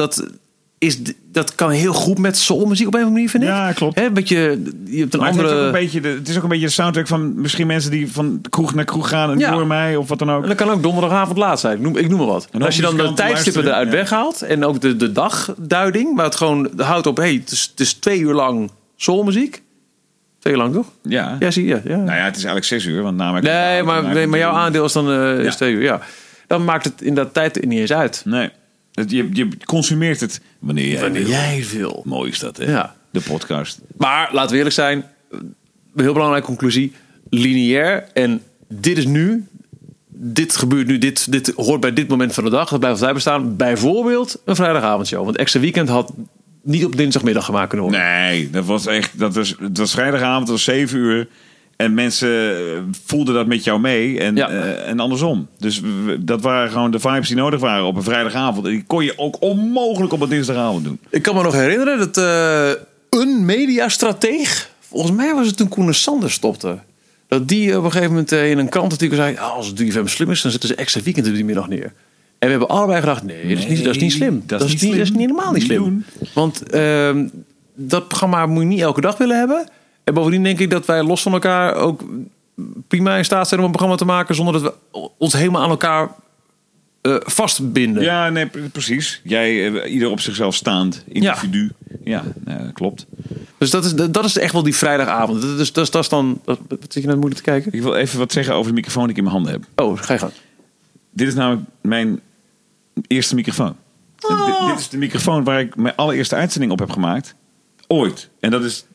[SPEAKER 2] dat kan heel goed met soulmuziek op een of andere manier, vind ik.
[SPEAKER 1] Ja, klopt.
[SPEAKER 2] Je hebt een andere...
[SPEAKER 1] Het is ook een beetje de soundtrack van misschien mensen die van kroeg naar kroeg gaan en voor mij of wat dan ook.
[SPEAKER 2] En dat kan ook donderdagavond laat zijn. Ik noem maar wat. En als je dan de tijdstippen eruit weghaalt en ook de dagduiding, maar het gewoon houdt op, het is 2 uur lang soulmuziek. 2 uur lang, toch?
[SPEAKER 1] Ja.
[SPEAKER 2] Ja, zie je. Ja.
[SPEAKER 1] Nou ja, het is eigenlijk 6 uur. Want namelijk
[SPEAKER 2] maar jouw aandeel is dan is 2 uur. Ja. Dan maakt het in dat tijd niet eens uit.
[SPEAKER 1] Nee. Je consumeert het wanneer
[SPEAKER 2] jij wil.
[SPEAKER 1] Mooi is dat, hè? Ja. De podcast.
[SPEAKER 2] Maar laten we eerlijk zijn. Een heel belangrijke conclusie. Lineair. En dit is nu. Dit gebeurt nu. Dit hoort bij dit moment van de dag. Dat blijft altijd bestaan. Bijvoorbeeld een vrijdagavondshow. Want Extra Weekend had niet op dinsdagmiddag gemaakt kunnen worden.
[SPEAKER 1] Nee, het was vrijdagavond. Het was 7 uur. En mensen voelden dat met jou mee en andersom. Dus dat waren gewoon de vibes die nodig waren op een vrijdagavond. En die kon je ook onmogelijk op een dinsdagavond doen.
[SPEAKER 2] Ik kan me nog herinneren dat een mediastrateeg, volgens mij was het toen Koen Sanders stopte, dat die op een gegeven moment in een krantartikel zei, als het 3FM slim is, dan zetten ze Extra Weekend op die middag neer. we hebben allebei gedacht, nee, dat is niet slim. Dat is helemaal niet slim. Want dat programma moet je niet elke dag willen hebben. En bovendien denk ik dat wij los van elkaar ook prima in staat zijn om een programma te maken zonder dat we ons helemaal aan elkaar vastbinden.
[SPEAKER 1] Ja, nee, precies. Jij, ieder op zichzelf staand individu. Ja, klopt.
[SPEAKER 2] Dus dat is echt wel die vrijdagavond. Dat is dan... Wat zit je nou moeilijk te kijken?
[SPEAKER 1] Ik wil even wat zeggen over de microfoon die ik in mijn handen heb.
[SPEAKER 2] Oh, ga je gang.
[SPEAKER 1] Dit is namelijk mijn eerste microfoon. Oh. Dit is de microfoon waar ik mijn allereerste uitzending op heb gemaakt. Ooit. En dat is...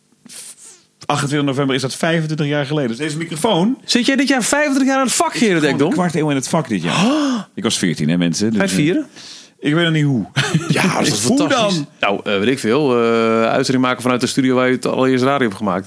[SPEAKER 1] 28 november is dat 25 jaar geleden. Dus deze microfoon...
[SPEAKER 2] Zit jij dit jaar 25 jaar aan het vak, Gerard Ekdom?
[SPEAKER 1] Een kwart eeuw in het vak dit jaar. Oh. Ik was 14, hè mensen. Dus,
[SPEAKER 2] ga je vieren?
[SPEAKER 1] Ik weet nog niet hoe.
[SPEAKER 2] Ja, dat is fantastisch. Dan? Nou, weet ik veel. Uitzending maken vanuit de studio waar je het allereerst radio hebt gemaakt.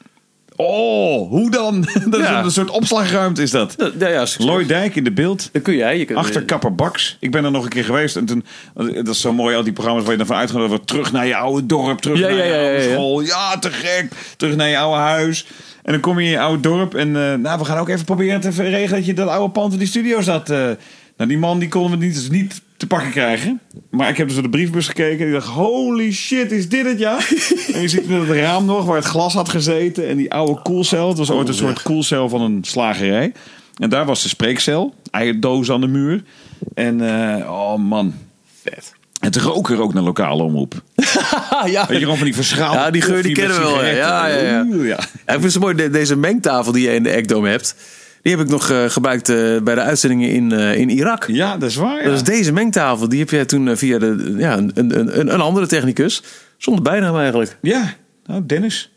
[SPEAKER 1] Oh, hoe dan? Dat is een soort opslagruimte is dat.
[SPEAKER 2] Ja,
[SPEAKER 1] Lloyd Dijk in de beeld.
[SPEAKER 2] Dat kun jij.
[SPEAKER 1] Achter Kapper Baks. Ik ben er nog een keer geweest. En toen, dat is zo mooi, al die programma's waar je dan van uitgaat. Dat we terug naar je oude dorp. Terug naar je oude school. Ja, te gek. Terug naar je oude huis. En dan kom je in je oude dorp. En we gaan ook even proberen te regelen dat je dat oude pand in die studio zat. Die man die konden we niet te pakken krijgen. Maar ik heb dus door de briefbus gekeken. En ik dacht, holy shit, is dit het, ja? En je ziet het raam nog, waar het glas had gezeten. En die oude koelcel. Het was ooit een soort koelcel van een slagerij. En daar was de spreekcel. Eierdoos aan de muur. En, oh man. Vet. Het rook er ook naar lokale omroep.
[SPEAKER 2] Ja.
[SPEAKER 1] Weet je, gewoon van die verschaalde.
[SPEAKER 2] Ja, die geur die kennen we wel. Ja. Ik vind het zo mooi, deze mengtafel die je in de Ekdome hebt. Die heb ik nog gebruikt bij de uitzendingen in Irak.
[SPEAKER 1] Ja, dat is waar. Ja.
[SPEAKER 2] Dat is deze mengtafel. Die heb jij toen via een andere technicus. Zonder bijnaam eigenlijk.
[SPEAKER 1] Ja, nou, Dennis.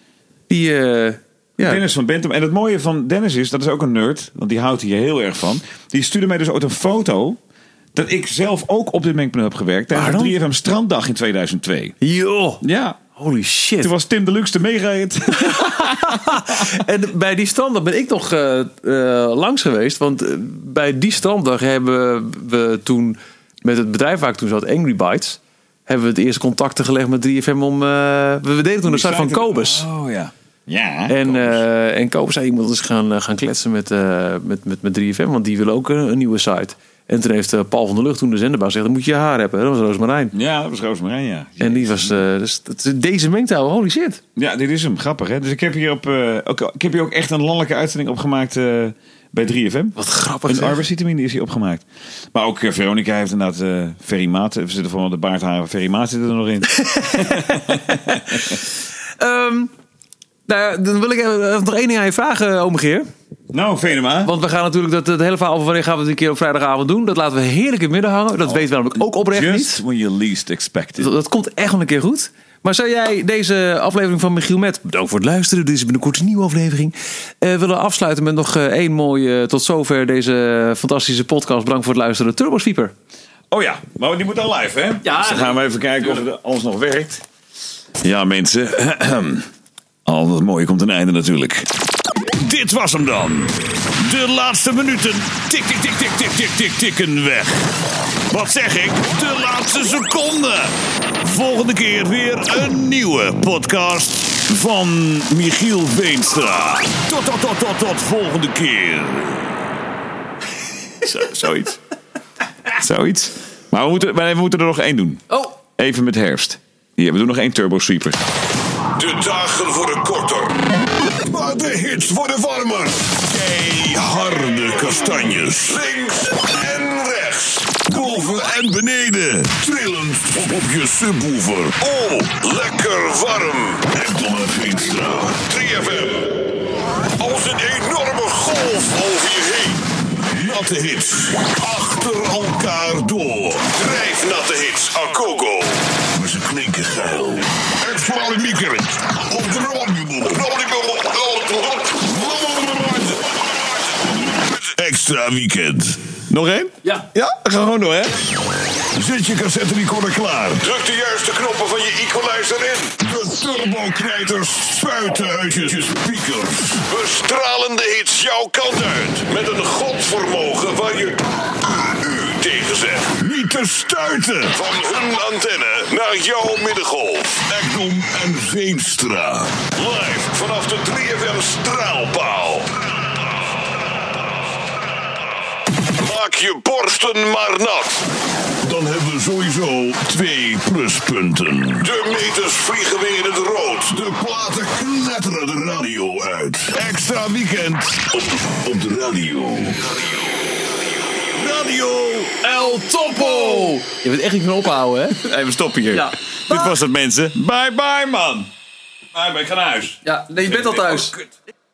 [SPEAKER 2] Ja.
[SPEAKER 1] Dennis van Bentham. En het mooie van Dennis is, dat is ook een nerd. Want die houdt hier heel erg van. Die stuurde mij dus ooit een foto... dat ik zelf ook op dit mengpaneel heb gewerkt. Tijdens de 3FM Stranddag in 2002.
[SPEAKER 2] Joh.
[SPEAKER 1] Ja.
[SPEAKER 2] Holy shit.
[SPEAKER 1] Toen was Tim Deluxe de meegereed.
[SPEAKER 2] En bij die stranddag ben ik nog langs geweest. Want bij die stranddag hebben we toen... met het bedrijf waar ik toen zat, Angry Bites... hebben we het eerste contacten gelegd met 3FM om... we deden toen een site van Kobus.
[SPEAKER 1] Oh ja. Ja.
[SPEAKER 2] En Kobus zei, ik moet eens gaan kletsen met 3FM. Want die willen ook een nieuwe site. En toen heeft Paul van der Lucht, toen de zenderbaas, gezegd... dan moet je haar hebben. Dat was Roosmarijn.
[SPEAKER 1] Ja, dat was Roosmarijn, ja.
[SPEAKER 2] En die was... deze mengtafel, holy shit.
[SPEAKER 1] Ja, dit is hem. Grappig, hè? Dus ik heb hier ook echt een landelijke uitzending opgemaakt bij 3FM.
[SPEAKER 2] Wat grappig.
[SPEAKER 1] Een arbeidsvitamine is hier opgemaakt. Maar ook Veronica heeft inderdaad Ferry Maat. We zitten van de baardharen. Ferry Maat zit er nog in.
[SPEAKER 2] Dan wil ik nog één ding aan je vragen, ome Geer.
[SPEAKER 1] Nou, Venema.
[SPEAKER 2] Want we gaan natuurlijk dat hele verhaal over wanneer gaan we het een keer op vrijdagavond doen. Dat laten we heerlijk in het midden hangen. Dat weten we namelijk ook oprecht niet.
[SPEAKER 1] Just when you least expect it.
[SPEAKER 2] Dat komt echt wel een keer goed. Maar zou jij deze aflevering van Michiel Met, bedankt voor het luisteren, dit is binnenkort een nieuwe aflevering, willen afsluiten met nog één mooie, tot zover deze fantastische podcast. Bedankt voor het luisteren, Turbo Sweeper.
[SPEAKER 1] Oh ja, maar die moet dan live, hè?
[SPEAKER 2] Ja.
[SPEAKER 1] Dus dan gaan we even kijken of het alles nog werkt. Ja, mensen. Al dat mooie komt een einde natuurlijk. Dit was hem dan. De laatste minuten tikken weg. Wat zeg ik? De laatste seconde. Volgende keer weer een nieuwe podcast van Michiel Veenstra. Tot volgende keer. Zoiets. Maar we moeten er nog één doen.
[SPEAKER 2] Oh.
[SPEAKER 1] Even met herfst. Hier, we doen nog één Turbo Sweeper.
[SPEAKER 3] De dagen worden korter, maar de hits worden warmer. Keiharde kastanjes. Links en rechts. Boven en beneden. Trillend op je subwoofer. Oh, lekker warm. Ekdom en Veenstra. 3FM. Als een enorme golf over je heen. Natte hits. Achter elkaar door. Drijfnatte hits. Akogo. Maar ze klinken geil. Het Vladimir. Op de extra weekend. Nog één?
[SPEAKER 2] Ja.
[SPEAKER 3] Ja, we gaan gewoon door, hè? Zet je cassette recorder klaar. Druk de juiste knoppen van je equalizer in. De turbo-knijters spuiten uit je speakers. Bestralende hits jouw kant uit. Met een godvermogen waar je u tegen zegt. Niet te stuiten. Van hun antenne naar jouw middengolf. Ekdom en Veenstra. Live vanaf de 3FM straalpaal. maak je borsten maar nat. Dan hebben we sowieso 2 pluspunten. De meters vliegen weer in het rood. De platen knetteren de radio uit. Extra weekend op de radio. Radio
[SPEAKER 2] El Topo! Je bent echt niet van ophouden, hè?
[SPEAKER 1] Even stoppen hier.
[SPEAKER 2] Ja.
[SPEAKER 1] Dit was het, mensen. Bye bye, man. Bye, ik ga naar huis.
[SPEAKER 2] Ja, nee, je bent al thuis.
[SPEAKER 1] Oh, kut.